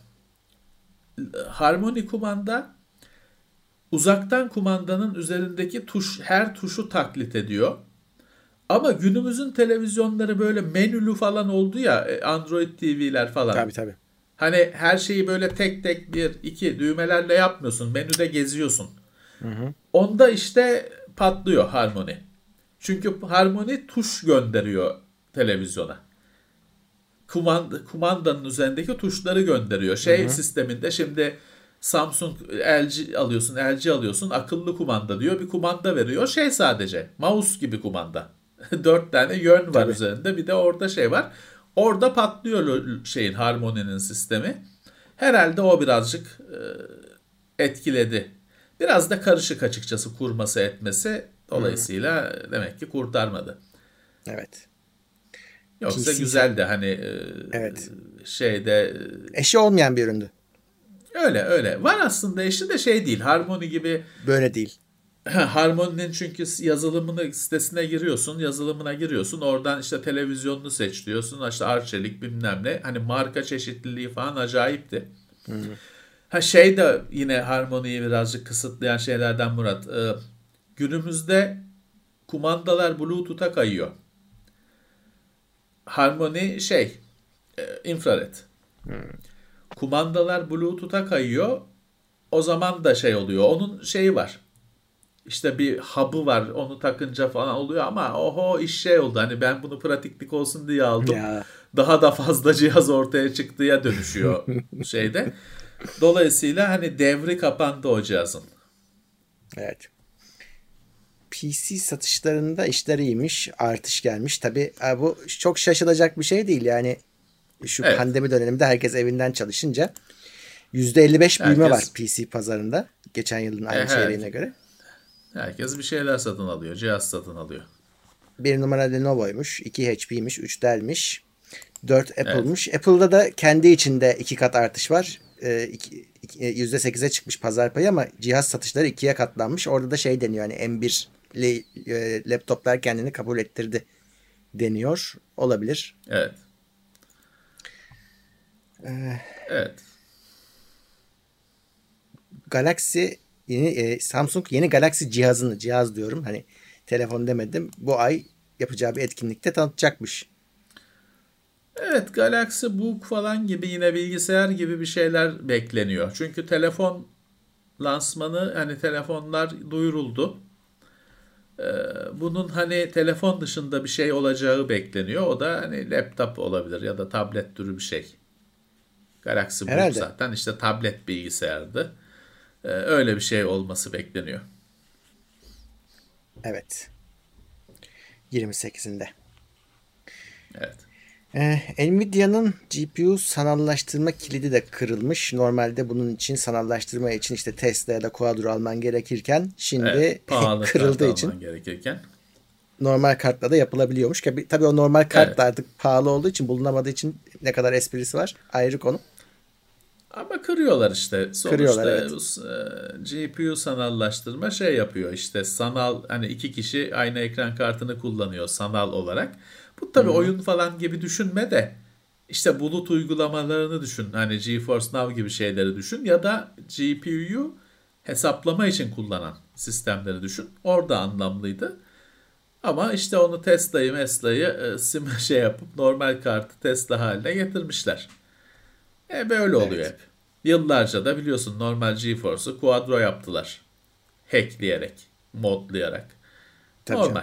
Harmony kumanda uzaktan kumandanın üzerindeki her tuşu taklit ediyor. Ama günümüzün televizyonları böyle menülü falan oldu ya, Android TV'ler falan. Tabii. Hani her şeyi böyle tek tek 1, 2 düğmelerle yapmıyorsun. Menüde geziyorsun. Onda işte patlıyor Harmony. Çünkü Harmony tuş gönderiyor televizyona. Kumandanın üzerindeki tuşları gönderiyor. Sisteminde şimdi Samsung, LG alıyorsun, akıllı kumanda diyor. Bir kumanda veriyor. Sadece mouse gibi kumanda. 4 tane yön var üzerinde. Bir de orada şey var. Orada patlıyor Harmony'nin sistemi. Herhalde o birazcık etkiledi. Biraz da karışık açıkçası kurması etmesi. Dolayısıyla demek ki kurtarmadı. Evet. Yoksa güzeldi hani evet. Eşi olmayan bir üründü. Öyle. Var aslında, eşi de değil. Harmony gibi. Böyle değil. Harmony'nin çünkü sitesine giriyorsun, yazılımına giriyorsun. Oradan işte televizyonunu seç diyorsun. İşte Arçelik bilmem ne. Hani marka çeşitliliği falan acayipti. De yine Harmony'yi birazcık kısıtlayan şeylerden Murat. Günümüzde kumandalar Bluetooth'a kayıyor. Harmony infrared. Kumandalar Bluetooth'a kayıyor. O zaman da oluyor. Onun var. İşte bir hub'ı var. Onu takınca falan oluyor ama iş oldu. Hani ben bunu pratiklik olsun diye aldım. Ya. Daha da fazla cihaz ortaya çıktıya dönüşüyor Dolayısıyla hani devri kapandı o cihazın. Evet. PC satışlarında işler iyiymiş. Artış gelmiş. Tabii bu çok şaşılacak bir şey değil. Yani şu pandemi döneminde herkes evinden çalışınca %55 büyüme var PC pazarında. Geçen yılın aynı çeyreğine göre. Herkes bir şeyler satın alıyor. Cihaz satın alıyor. 1 numara Lenovo'ymuş, 2 HP'ymiş, 3 Dell'miş, 4 Apple'mış. Evet. Apple'da da kendi içinde 2 kat artış var. %8'e çıkmış pazar payı ama cihaz satışları 2'ye katlanmış. Orada da şey deniyor, hani M1'li laptoplar kendini kabul ettirdi deniyor. Olabilir. Evet. Evet. Galaxy Samsung yeni Galaxy cihaz diyorum. Hani telefon demedim. Bu ay yapacağı bir etkinlikte tanıtacakmış. Evet, Galaxy Book falan gibi, yine bilgisayar gibi bir şeyler bekleniyor. Çünkü telefon lansmanı, hani telefonlar duyuruldu. Bunun hani telefon dışında bir şey olacağı bekleniyor. O da hani laptop olabilir ya da tablet türü bir şey. Galaxy Book Herhalde. zaten işte tablet bilgisayardı. Öyle bir şey olması bekleniyor. Evet. 28'inde. Evet. Nvidia'nın GPU sanallaştırma kilidi de kırılmış. Normalde bunun için sanallaştırma için işte Tesla ya da Quadro alman gerekirken şimdi pahalı kırıldığı kart için alman gerekirken normal kartla da yapılabiliyormuş. Tabii o normal kart da Evet. artık pahalı olduğu için, bulunamadığı için ne kadar esprisi var ayrı konu. Ama kırıyorlar işte. Sonuçta Kırıyorlar, evet. GPU sanallaştırma şey yapıyor. İşte sanal, hani iki kişi aynı ekran kartını kullanıyor sanal olarak. Bu tabii oyun falan gibi düşünme de, işte bulut uygulamalarını düşün. Hani GeForce Now gibi şeyleri düşün ya da GPU'yu hesaplama için kullanan sistemleri düşün. Orada anlamlıydı. Ama işte onu Tesla'yı şey yapıp normal kartı Tesla haline getirmişler. Böyle oluyor Evet. hep. Yıllarca da biliyorsun normal GeForce'u Quadro yaptılar. Hackleyerek, modlayarak. Tabii Normal. canım.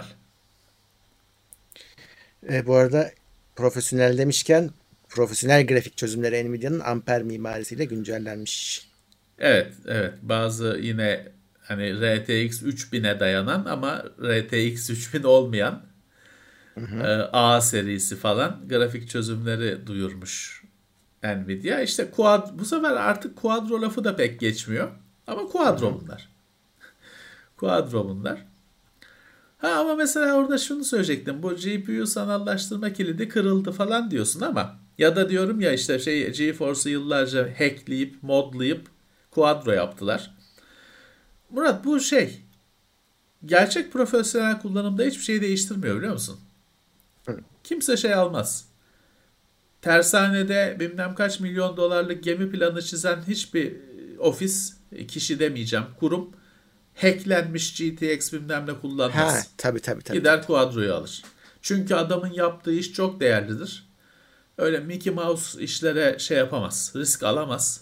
Bu arada profesyonel demişken, profesyonel grafik çözümleri Nvidia'nın Ampere mimarisiyle güncellenmiş. Evet, evet. Bazı yine hani RTX 3000'e dayanan ama RTX 3000 olmayan A serisi falan grafik çözümleri duyurmuş Nvidia. İşte bu sefer artık Quadro lafı da pek geçmiyor. Ama Quadro bunlar. Quadro bunlar. Ama mesela orada şunu söyleyecektim. Bu GPU sanallaştırma kilidi kırıldı falan diyorsun ama, ya da diyorum ya işte GeForce'u yıllarca hackleyip, modlayıp Quadro yaptılar. Murat, bu gerçek profesyonel kullanımda hiçbir şey değiştirmiyor, biliyor musun? Kimse şey almaz. Tersanede bilmem kaç milyon dolarlık gemi planı çizen hiçbir ofis, kişi demeyeceğim, kurum hacklenmiş GTX bilmem ne kullanmaz. Tabii. Gider Quadro'yu alır. Çünkü adamın yaptığı iş çok değerlidir. Öyle Mickey Mouse işlere şey yapamaz. Risk alamaz.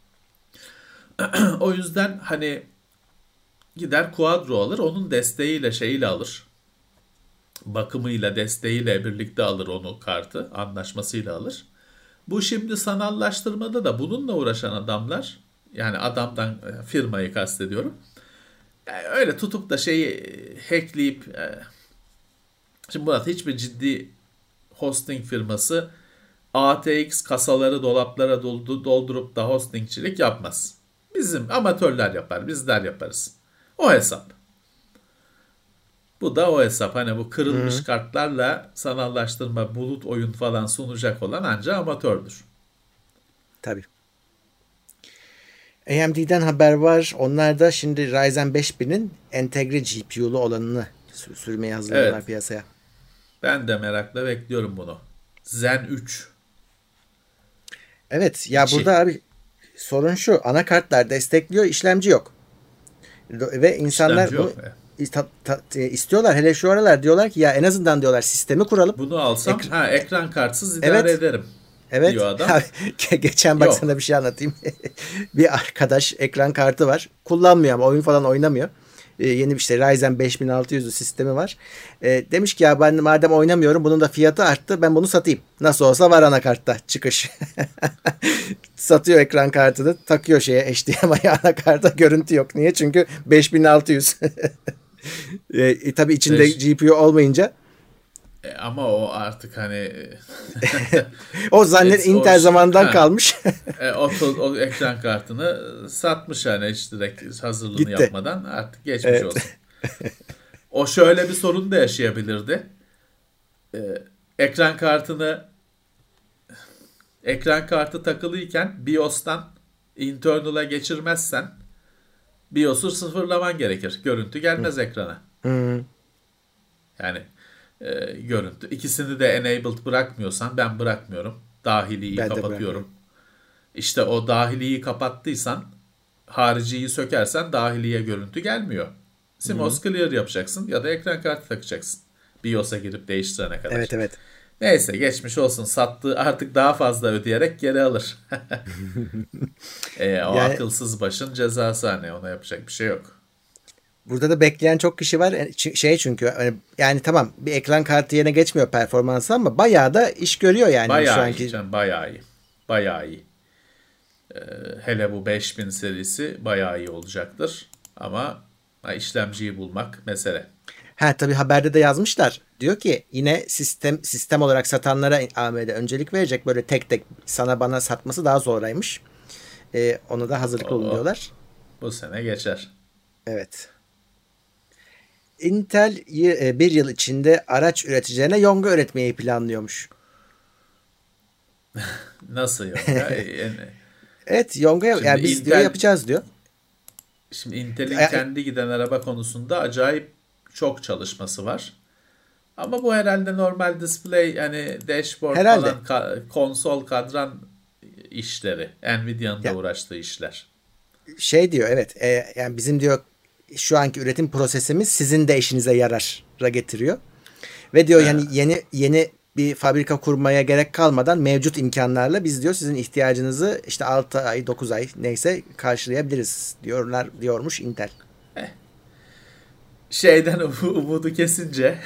O yüzden hani gider Quadro alır. Onun desteğiyle şeyiyle alır. Bakımıyla, desteğiyle birlikte alır onu, kartı. Anlaşmasıyla alır. Bu şimdi sanallaştırmada da bununla uğraşan adamlar, yani adamdan firmayı kastediyorum. Yani öyle tutup da hackleyip, şimdi Murat, hiçbir ciddi hosting firması ATX kasaları dolaplara doldurup da hostingçilik yapmaz. Bizim amatörler yapar, bizler yaparız. O hesap. Bu da o hesap. Hani bu kırılmış kartlarla sanallaştırma, bulut oyun falan sunacak olan ancak amatördür. Tabii. AMD'den haber var. Onlar da şimdi Ryzen 5000'in entegre GPU'lu olanını sürmeye hazırlıyorlar, Evet. piyasaya. Ben de merakla bekliyorum bunu. Zen 3. Evet ya, İçi. burada abi sorun şu: anakartlar destekliyor, işlemci yok. Ve insanlar İşlemci bunu yok. istiyorlar. Hele şu aralar diyorlar ki ya en azından diyorlar sistemi kuralım. Bunu alsam ekran kartsız idare Evet. ederim. Evet. Diyor adam. Geçen bak Yok. sana bir şey anlatayım. Bir arkadaş ekran kartı var. Kullanmıyor ama oyun falan oynamıyor. Yeni bir Ryzen 5600'lü sistemi var. Demiş ki ya ben madem oynamıyorum, bunun da fiyatı arttı, ben bunu satayım. Nasıl olsa var anakartta çıkış. Satıyor ekran kartını, takıyor HDMI anakarta, görüntü yok. Niye? Çünkü 5600. Tabii içinde GPU olmayınca. Ama o artık hani O Intel zamandan kalmış. o ekran kartını satmış, hani hiç direkt hazırlığını Gitti. yapmadan artık geçmiş olsun. O şöyle bir sorun da yaşayabilirdi. ekran kartı takılıyken BIOS'tan internal'a geçirmezsen BIOS'u sıfırlaman gerekir. Görüntü gelmez ekrana. Yani görüntü. İkisini de enabled bırakmıyorsan, ben bırakmıyorum. Dahiliyi kapatıyorum. İşte o dahiliyi kapattıysan, hariciyi sökersen dahiliye görüntü gelmiyor. CMOS clear yapacaksın ya da ekran kartı takacaksın. BIOS'a girip değiştirene kadar. Evet. Neyse, geçmiş olsun. Sattığı artık daha fazla ödeyerek geri alır. O akılsız başın cezası, hani ona yapacak bir şey yok. Burada da bekleyen çok kişi var. Çünkü yani tamam, bir ekran kartı yerine geçmiyor performansı ama bayağı da iş görüyor yani. Bayağı iyi canım, bayağı iyi. Hele bu 5000 serisi bayağı iyi olacaktır. Ama işlemciyi bulmak mesele. Tabii haberde de yazmışlar. Diyor ki yine sistem olarak satanlara AMD öncelik verecek. Böyle tek tek sana bana satması daha zoraymış. Onu da hazırlıklı olun diyorlar. Bu sene geçer. Evet. Intel bir yıl içinde araç üreticilerine Yonga üretmeyi planlıyormuş. Nasıl Yonga? Evet, Yonga yani biz diyor yapacağız diyor. Şimdi Intel'in kendi giden araba konusunda acayip çok çalışması var. Ama bu herhalde normal display, yani dashboard falan, konsol kadran işleri. Nvidia'nın da uğraştığı işler. Diyor evet, yani bizim diyor şu anki üretim prosesimiz sizin de işinize yarara getiriyor. Ve diyor yani yeni bir fabrika kurmaya gerek kalmadan mevcut imkanlarla biz diyor sizin ihtiyacınızı işte 6 ay 9 ay neyse karşılayabiliriz diyormuş Intel. Şeyden umudu kesince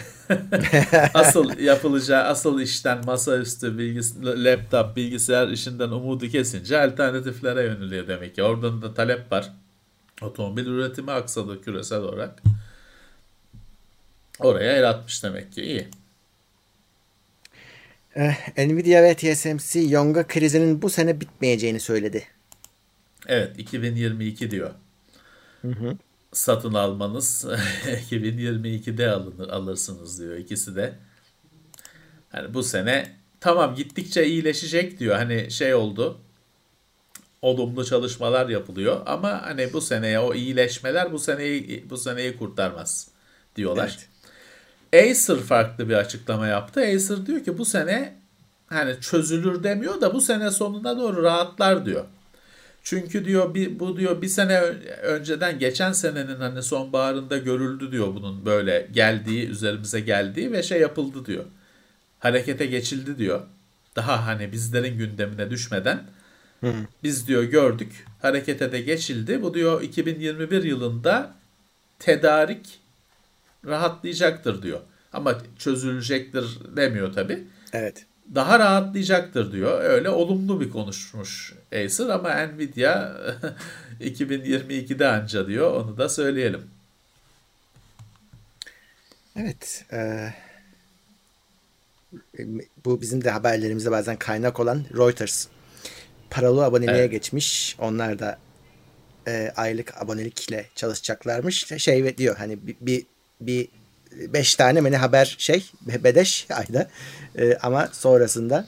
asıl işten, masaüstü laptop bilgisayar işinden umudu kesince alternatiflere yöneliyor demek ki. Oradan da talep var. Otomobil üretimi aksadı küresel olarak. Oraya el atmış demek ki. İyi. Nvidia ve TSMC Yonga krizinin bu sene bitmeyeceğini söyledi. Evet, 2022 diyor. Satın almanız 2022'de alırsınız diyor ikisi de. Hani bu sene tamam, gittikçe iyileşecek diyor. Hani oldu. Olumlu çalışmalar yapılıyor ama hani bu seneye o iyileşmeler bu seneyi kurtarmaz diyorlar. Evet. Acer farklı bir açıklama yaptı. Acer diyor ki bu sene hani çözülür demiyor da bu sene sonuna doğru rahatlar diyor. Çünkü diyor bu diyor bir sene önceden, geçen senenin hani sonbaharında görüldü diyor bunun böyle üzerimize geldiği ve yapıldı diyor. Harekete geçildi diyor. Daha hani bizlerin gündemine düşmeden biz diyor gördük, harekete de geçildi. Bu diyor 2021 yılında tedarik rahatlayacaktır diyor. Ama çözülecektir demiyor tabii. Evet. Daha rahatlayacaktır diyor. Öyle olumlu bir konuşmuş Acer ama Nvidia 2022'de anca diyor. Onu da söyleyelim. Evet. Bu bizim de haberlerimizde bazen kaynak olan Reuters paralı aboneliğe geçmiş. Onlar da aylık abonelikle çalışacaklarmış. Diyor hani bir 5 tane mi ne haber bedeş ayda, ama sonrasında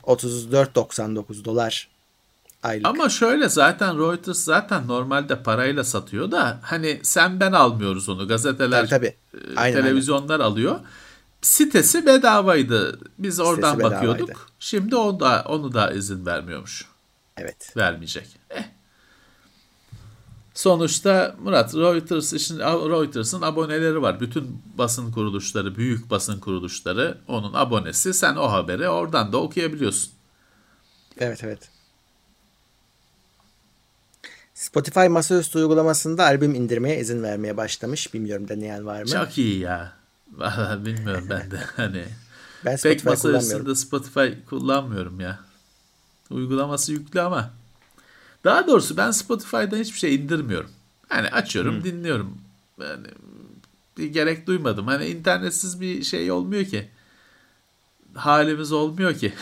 $34.99 aylık. Ama şöyle, zaten Reuters zaten normalde parayla satıyor da hani sen ben almıyoruz onu. Gazeteler, tabii. televizyonlar alıyor. Sitesi bedavaydı. Biz oradan bakıyorduk. Şimdi onu da izin vermiyormuş. Evet. Vermeyecek. Sonuçta Murat, Reuters'ın aboneleri var. Bütün basın kuruluşları, büyük basın kuruluşları onun abonesi. Sen o haberi oradan da okuyabiliyorsun. Evet. Spotify masaüstü uygulamasında albüm indirmeye izin vermeye başlamış. Bilmiyorum deneyen var mı? Çok iyi ya. Vallahi bilmiyorum ben de. Hani ben Spotify pek masaüstünde Spotify kullanmıyorum ya. Uygulaması yüklü ama. Daha doğrusu ben Spotify'dan hiçbir şey indirmiyorum. Yani açıyorum, dinliyorum. Yani bir gerek duymadım. Hani internetsiz bir şey olmuyor ki. Halimiz olmuyor ki.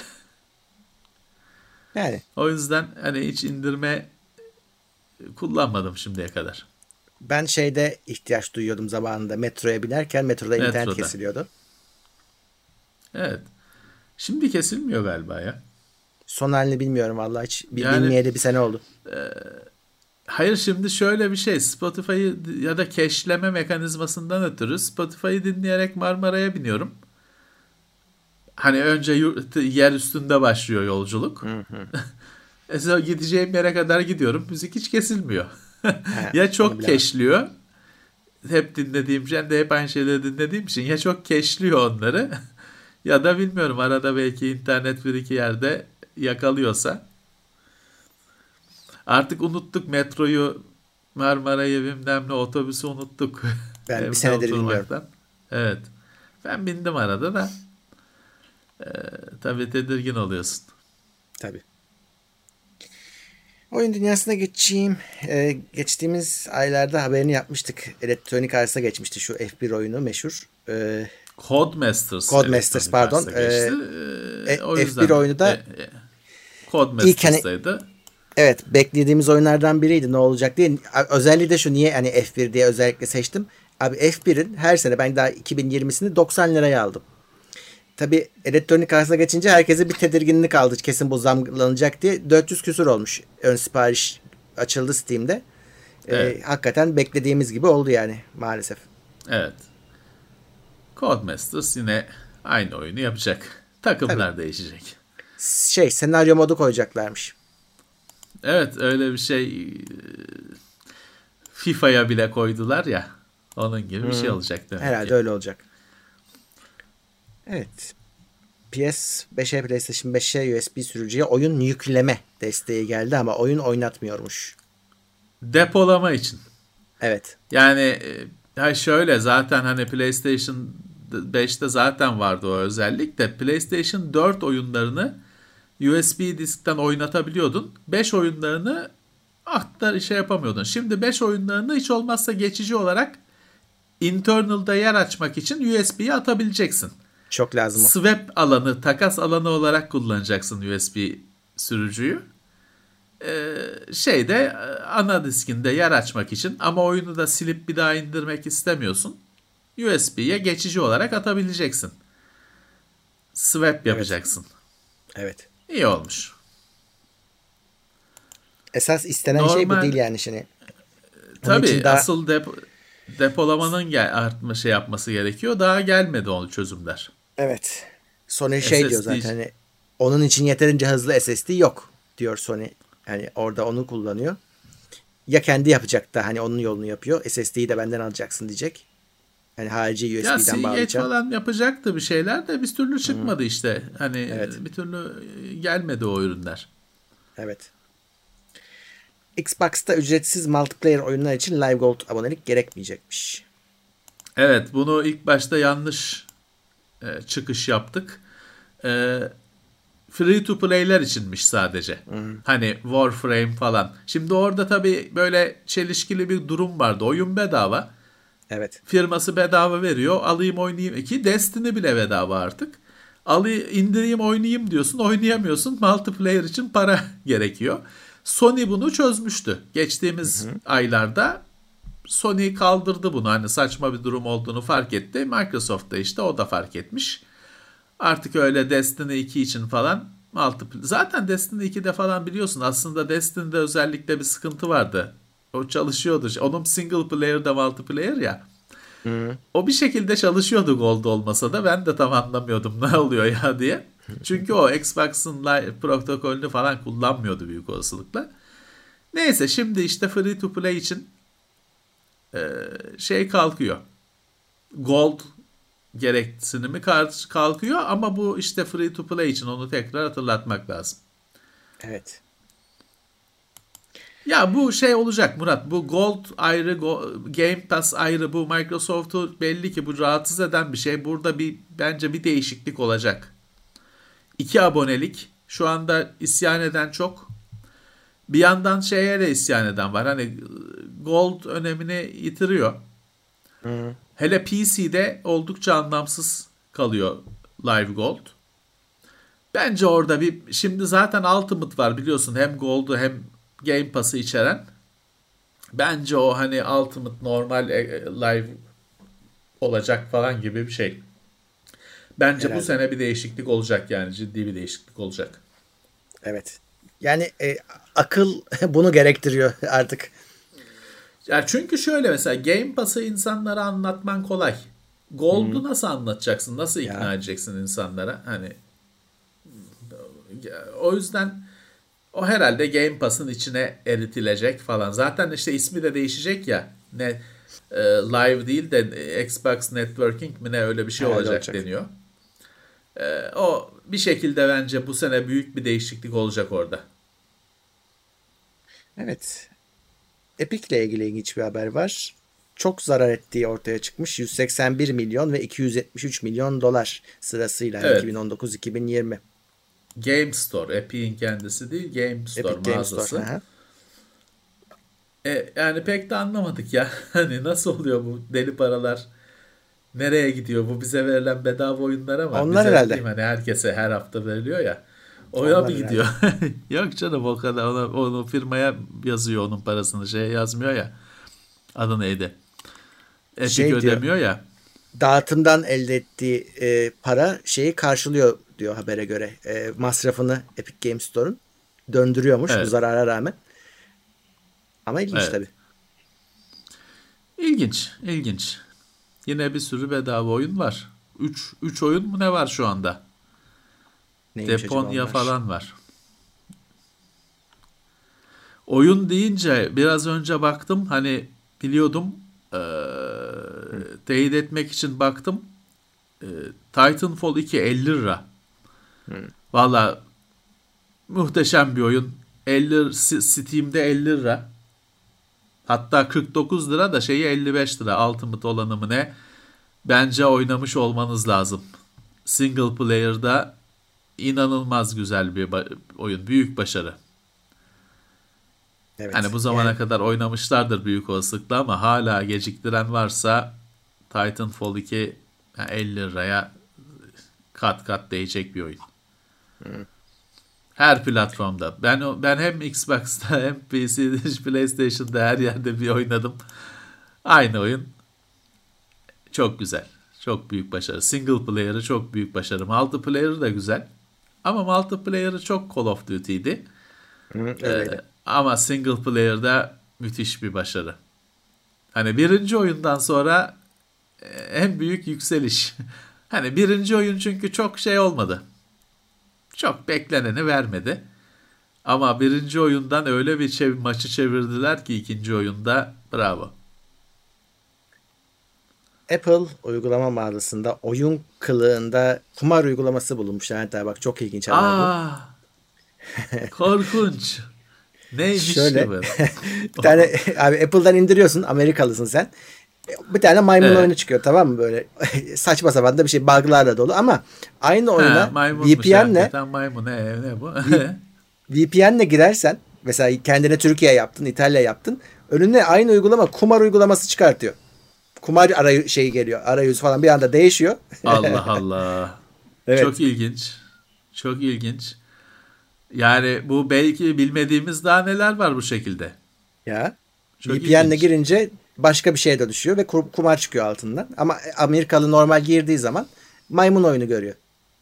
Yani. O yüzden hani hiç indirme kullanmadım şimdiye kadar. Ben ihtiyaç duyuyordum zamanında metroya binerken. Metroda internet kesiliyordu. Evet. Şimdi kesilmiyor galiba ya. Son halini bilmiyorum vallahi, hiç Yani- bilmeyeli bir sene oldu. Hayır, şimdi şöyle bir şey, Spotify'ı ya da cache'leme mekanizmasından ötürü Spotify'ı dinleyerek Marmara'ya biniyorum. Hani önce yer üstünde başlıyor yolculuk. Mesela gideceğim yere kadar gidiyorum. Müzik hiç kesilmiyor. Ya onu çok bilemem. cache'liyor. Hep dinlediğim için, hem de hep aynı şeyleri dinlediğim için ya çok cache'liyor onları ya da bilmiyorum, arada belki internet bir iki yerde yakalıyorsa. Artık unuttuk metroyu, Marmara'yı, bilmem ne, otobüsü unuttuk. Ben bir Evde senedir bilmiyorum. oturmaktan. Evet. Ben bindim arada da. Tabii tedirgin oluyorsun. Tabii. Oyun dünyasına geçeyim. Geçtiğimiz aylarda haberini yapmıştık. Electronic Arts'a geçmişti şu F1 oyunu meşhur. Codemasters. Codemasters, Electronic pardon. Arts'a geçti. O F1 yüzden oyunu da Codemasters'taydı. evet, beklediğimiz oyunlardan biriydi, ne olacak diye. Özelliği de şu, niye hani F1 diye özellikle seçtim. Abi F1'in her sene, ben daha 2020'sini 90 liraya aldım. Tabii Electronic Arts'a geçince herkese bir tedirginlik aldı. Kesin bu zamlanacak diye. 400 küsur olmuş. Ön sipariş açıldı Steam'de. Evet. Hakikaten beklediğimiz gibi oldu yani maalesef. Evet. Codemasters yine aynı oyunu yapacak. Takımlar değişecek. Senaryo modu koyacaklarmış. Evet, öyle bir şey FIFA'ya bile koydular ya. Onun gibi bir şey olacak demek Herhalde ki. öyle olacak. Evet. PS5'e, PlayStation 5'e USB sürücüye oyun yükleme desteği geldi ama oyun oynatmıyormuş. Depolama için. Evet. Yani şöyle, zaten hani PlayStation 5'te zaten vardı o özellik de, PlayStation 4 oyunlarını USB diskten oynatabiliyordun. 5 oyunlarını şey yapamıyordun. Şimdi 5 oyunlarını hiç olmazsa geçici olarak internal'da yer açmak için USB'ye atabileceksin. Çok lazım o. Swap alanı, takas alanı olarak kullanacaksın USB sürücüyü. Ana diskinde yer açmak için, ama oyunu da silip bir daha indirmek istemiyorsun. USB'ye geçici olarak atabileceksin. Swap yapacaksın. Evet. İyi olmuş. Esas istenen şey bu Normal- değil yani şimdi. Tabii için daha- asıl depolamanın artma yapması gerekiyor. Daha gelmedi onun çözümler. Evet. Sony SSD diyor zaten, hani onun için yeterince hızlı SSD yok diyor Sony. Yani orada onu kullanıyor. Ya kendi yapacak da hani onun yolunu yapıyor. SSD'yi de benden alacaksın diyecek. Yani harici Ya USB'den Seagate bağlayacağım. falan yapacaktı bir şeyler de bir türlü çıkmadı işte. Hani Evet. bir türlü gelmedi o ürünler. Evet. Xbox'ta ücretsiz multiplayer oyunlar için Live Gold abonelik gerekmeyecekmiş. Evet, bunu ilk başta yanlış çıkış yaptık. Free to play'ler içinmiş sadece. Hani Warframe falan. Şimdi orada tabii böyle çelişkili bir durum vardı. Oyun bedava. Evet. Firması bedava veriyor. Alayım oynayayım. Ki Destiny bile bedava artık. İndireyim oynayayım diyorsun. Oynayamıyorsun. Multiplayer için para gerekiyor. Sony bunu çözmüştü. Geçtiğimiz aylarda Sony kaldırdı bunu. Hani saçma bir durum olduğunu fark etti. Microsoft da işte o da fark etmiş. Artık öyle Destiny 2 için falan zaten Destiny 2'de falan biliyorsun, aslında Destiny'de özellikle bir sıkıntı vardı. O çalışıyordu. Onun single player'da multiplayer ya. O bir şekilde çalışıyordu Gold olmasa da, ben de tam anlamıyordum ne oluyor ya diye. Çünkü o Xbox'ın live protokolünü falan kullanmıyordu büyük olasılıkla. Neyse, şimdi işte free to play için kalkıyor. Gold gereksinimi kalkıyor, ama bu işte free to play için, onu tekrar hatırlatmak lazım. Evet. Ya bu olacak Murat. Bu Gold ayrı, Game Pass ayrı. Bu Microsoft'u belli ki bu rahatsız eden bir şey. Burada bence bir değişiklik olacak. 2 abonelik. Şu anda isyan eden çok. Bir yandan de isyan eden var. Hani Gold önemini yitiriyor. Hele PC'de oldukça anlamsız kalıyor Live Gold. Bence orada şimdi zaten Ultimate var biliyorsun, hem Gold'u hem Game Pass'ı içeren. Bence o hani Ultimate normal Live olacak falan gibi bir şey. Bence Herhalde. bu sene bir değişiklik olacak, yani ciddi bir değişiklik olacak. Evet. Yani akıl bunu gerektiriyor artık. Ya çünkü şöyle, mesela Game Pass'ı insanlara anlatman kolay. Gold'u nasıl anlatacaksın? Nasıl ikna Ya. edeceksin insanlara? Hani o yüzden o herhalde Game Pass'ın içine eritilecek falan. Zaten işte ismi de değişecek ya. Ne Live değil de Xbox Networking mi ne, öyle bir şey Herhalde olacak deniyor. O bir şekilde bence bu sene büyük bir değişiklik olacak orada. Evet. Epic'le ilgili ilginç bir haber var. Çok zarar ettiği ortaya çıkmış. 181 milyon ve 273 milyon dolar sırasıyla Evet. 2019-2020. Game Store, Epic'in kendisi değil, Game Store Epic Games mağazası. Store. Aha. Yani pek de anlamadık ya. Hani nasıl oluyor bu deli paralar? Nereye gidiyor? Bu bize verilen bedava oyunlar ama Onlar bize herhalde. dediğim, hani herkese her hafta veriliyor ya. Oya Onlar mı gidiyor? Yok canım, o kadar. Onu firmaya yazıyor, onun parasını şeye yazmıyor ya. Adı neydi? Epic Şey diyor. ödemiyor ya. Dağıtımdan elde ettiği para şeyi karşılıyor diyor habere göre. Masrafını Epic Games Store'un döndürüyormuş bu Evet. zarara rağmen. Ama ilginç Evet. tabii. İlginç. Yine bir sürü bedava oyun var. 3 oyun mu ne var şu anda? Neymiş acaba Deponia onlar? falan var. Oyun deyince biraz önce baktım, hani biliyordum, teyit etmek için baktım. Titanfall 2 50 lira. Valla muhteşem bir oyun. Steam'de 50 lira. Hatta 49 lira da şeyi 55 lira. Ultimate olanı mı ne? Bence oynamış olmanız lazım. Single player'da inanılmaz güzel bir oyun. Büyük başarı. Evet. Hani bu zamana Yani kadar oynamışlardır büyük olasılıkla ama hala geciktiren varsa Titanfall 2 yani 50 liraya kat kat değecek bir oyun. Her platformda. Ben hem Xbox'ta hem PC'de, PlayStation'da, her yerde bir oynadım. Aynı oyun. Çok güzel. Çok büyük başarı. Single player'ı çok büyük başarı. Multiplayer'ı da güzel. Ama multiplayer'ı çok Call of Duty'ydi. öyleydi. Ama single player'da müthiş bir başarı. Hani birinci oyundan sonra en büyük yükseliş. Hani birinci oyun çünkü çok şey olmadı. Çok bekleneni vermedi. Ama birinci oyundan öyle bir maçı çevirdiler ki ikinci oyunda bravo. Apple uygulama mağazasında oyun kılığında kumar uygulaması bulunmuş. Yani bak çok ilginç haber bu. Korkunç. Neymiş Şöyle ki bu? bir tane abi Apple'dan indiriyorsun, Amerikalısın sen. Bir tane maymun Evet. oyunu çıkıyor, tamam mı, böyle saçma sapan da bir şey, bug'larla dolu ama aynı oyuna Maymunmuş VPN'le hakikaten, maymun ne bu? VPN'le girersen mesela kendine Türkiye yaptın, İtalya yaptın, önüne aynı uygulama kumar uygulaması çıkartıyor. Kumar şey geliyor, arayüz falan bir anda değişiyor. Allah Allah. Evet. Çok ilginç. Çok ilginç. Yani bu belki bilmediğimiz daha neler var bu şekilde. Ya Çok VPN'le ilginç. girince başka bir şeye dönüşüyor ve kumar çıkıyor altından. Ama Amerikalı normal girdiği zaman maymun oyunu görüyor.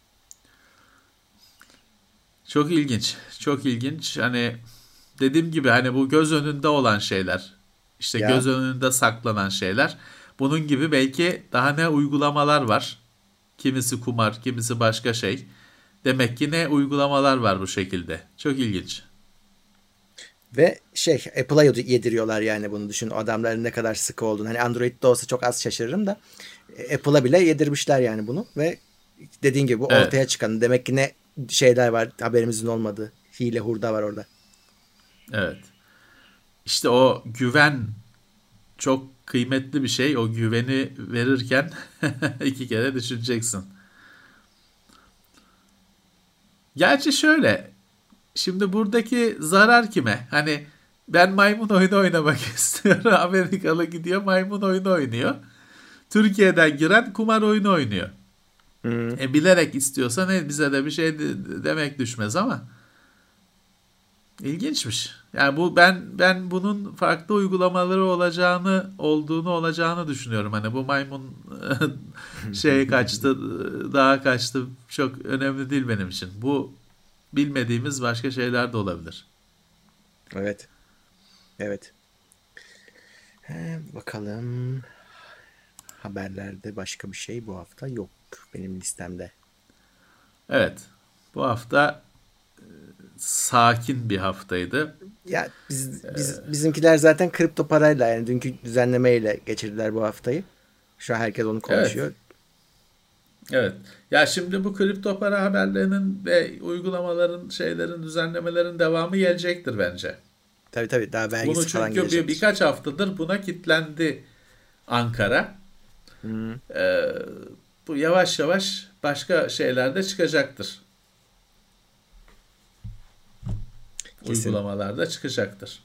Çok ilginç. Çok ilginç. Hani dediğim gibi, hani bu göz önünde olan şeyler. İşte Ya. göz önünde saklanan şeyler. Bunun gibi belki daha ne uygulamalar var. Kimisi kumar, kimisi başka şey. Demek ki ne uygulamalar var bu şekilde. Çok ilginç. Ve Apple'a yediriyorlar yani, bunu düşün. Adamların ne kadar sıkı olduğunu. Hani Android'de olsa çok az şaşırırım da Apple'a bile yedirmişler yani bunu ve dediğin gibi bu Evet. ortaya çıkan, demek ki ne şeyler var haberimizin olmadığı. Hile hurda var orada. Evet. İşte o güven çok kıymetli bir şey. O güveni verirken 2 kere düşüneceksin. Gerçi şöyle, şimdi buradaki zarar kime? Hani ben maymun oyunu oynamak istiyorum. Amerikalı gidiyor maymun oyunu oynuyor. Türkiye'den giren kumar oyunu oynuyor. Bilerek istiyorsa bize de bir şey demek düşmez ama ilginçmiş. Yani ben bunun farklı uygulamaları olacağını düşünüyorum. Hani bu maymun dağa kaçtı çok önemli değil benim için. Bu bilmediğimiz başka şeyler de olabilir. Evet. Evet. Bakalım. Haberlerde başka bir şey bu hafta yok benim listemde. Evet. Bu hafta sakin bir haftaydı. Ya bizimkiler zaten kripto parayla, yani dünkü düzenlemeyle geçirdiler bu haftayı. Şu an herkes onu konuşuyor. Evet. Ya şimdi bu kripto para haberlerinin ve uygulamaların, düzenlemelerin devamı gelecektir bence. Tabii daha vergisi falan gelecektir. Bunu çünkü birkaç haftadır buna kilitlendi Ankara. Bu yavaş yavaş başka şeyler de çıkacaktır. Kesin. Uygulamalarda çıkacaktır.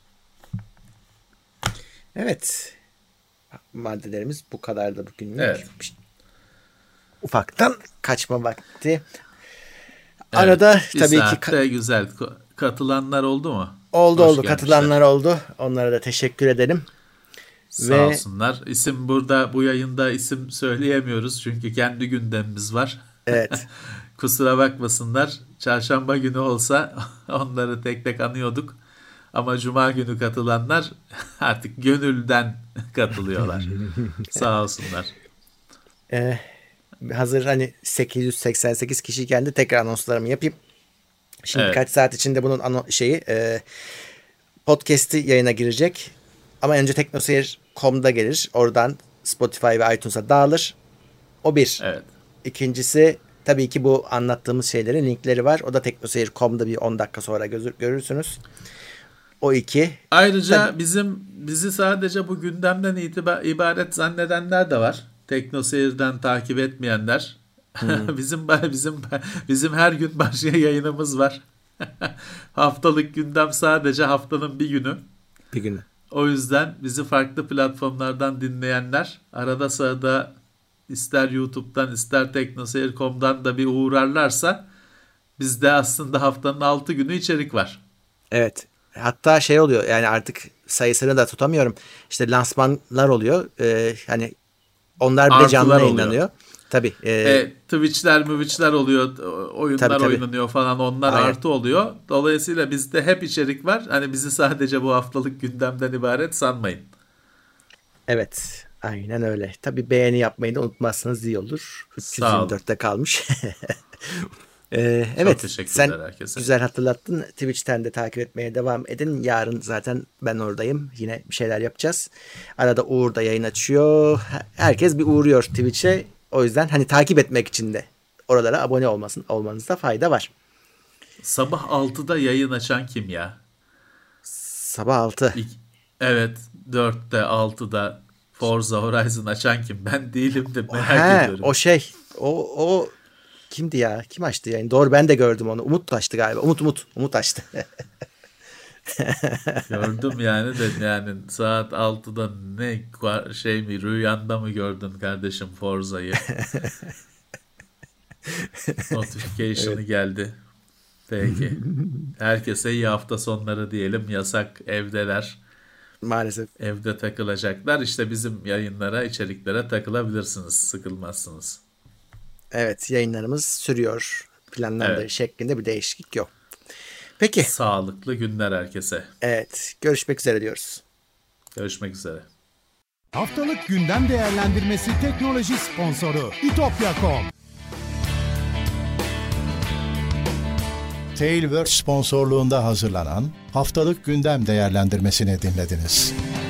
Evet. Maddelerimiz bu kadardı bugünlük. Evet. Ufaktan kaçma vakti. Arada tabii ki güzel katılanlar oldu mu? Oldu. Katılanlar oldu. Onlara da teşekkür edelim. Sağ olsunlar. İsim burada, bu yayında isim söyleyemiyoruz çünkü kendi gündemimiz var. Evet. Kusura bakmasınlar. Çarşamba günü olsa onları tek tek anıyorduk. Ama Cuma günü katılanlar artık gönülden katılıyorlar. Sağ olsunlar. Hazır hani 888 kişiyken de tekrar anonslarımı yapayım. Şimdi Evet. Kaç saat içinde bunun podcast'i yayına girecek. Ama önce teknoseyir.com'da gelir. Oradan Spotify ve iTunes'a dağılır. O bir. Evet. İkincisi, tabii ki bu anlattığımız şeylerin linkleri var. O da teknoseyir.com'da bir 10 dakika sonra görürsünüz. O iki. Ayrıca bizi sadece bu gündemden ibaret zannedenler de var. Teknoseyir'den takip etmeyenler. Bizim her gün başka yayınımız var. Haftalık gündem sadece haftanın bir günü. Bir günü. O yüzden bizi farklı platformlardan dinleyenler arada sırada ister YouTube'dan ister teknoseyir.com'dan da bir uğrarlarsa bizde aslında haftanın 6 günü içerik var. Evet. Hatta şey oluyor, yani artık sayısını da tutamıyorum. İşte lansmanlar oluyor. Hani onlar bile canlı yayınlanıyor. Tabii. Twitch'ler oluyor. Oyunlar tabii. oynanıyor falan. Onlar Aynen. Artı oluyor. Dolayısıyla bizde hep içerik var. Hani bizi sadece bu haftalık gündemden ibaret sanmayın. Evet. Aynen öyle. Tabii beğeni yapmayı da unutmazsanız iyi olur. 324'te kalmış. Evet. Çok teşekkürler sen herkese. Güzel hatırlattın. Twitch'ten de takip etmeye devam edin. Yarın zaten ben oradayım. Yine bir şeyler yapacağız. Arada Uğur da yayın açıyor. Herkes bir uğruyor Twitch'e. O yüzden hani takip etmek için de oralara abone olmanızda fayda var. Sabah 6'da yayın açan kim ya? Sabah 6. Evet. 4'te 6'da Forza Horizon açan kim? Ben değilim de merak ediyorum. O şey. O kimdi ya? Kim açtı yayını? Doğru, ben de gördüm onu. Umut açtı galiba. Umut açtı. Gördüm yani saat 6'da mi rüyanda mı gördün kardeşim Forza'yı? Notification'ı geldi. Peki. Herkese iyi hafta sonları diyelim. Yasak, evdeler. Maalesef. Evde takılacaklar. İşte bizim yayınlara, içeriklere takılabilirsiniz. Sıkılmazsınız. Evet, yayınlarımız sürüyor. Planlarda şeklinde bir değişiklik yok. Peki. Sağlıklı günler herkese. Evet. Görüşmek üzere diyoruz. Görüşmek üzere. Haftalık gündem değerlendirmesi teknoloji sponsoru itopya.com. Tailwords sponsorluğunda hazırlanan haftalık gündem değerlendirmesini dinlediniz.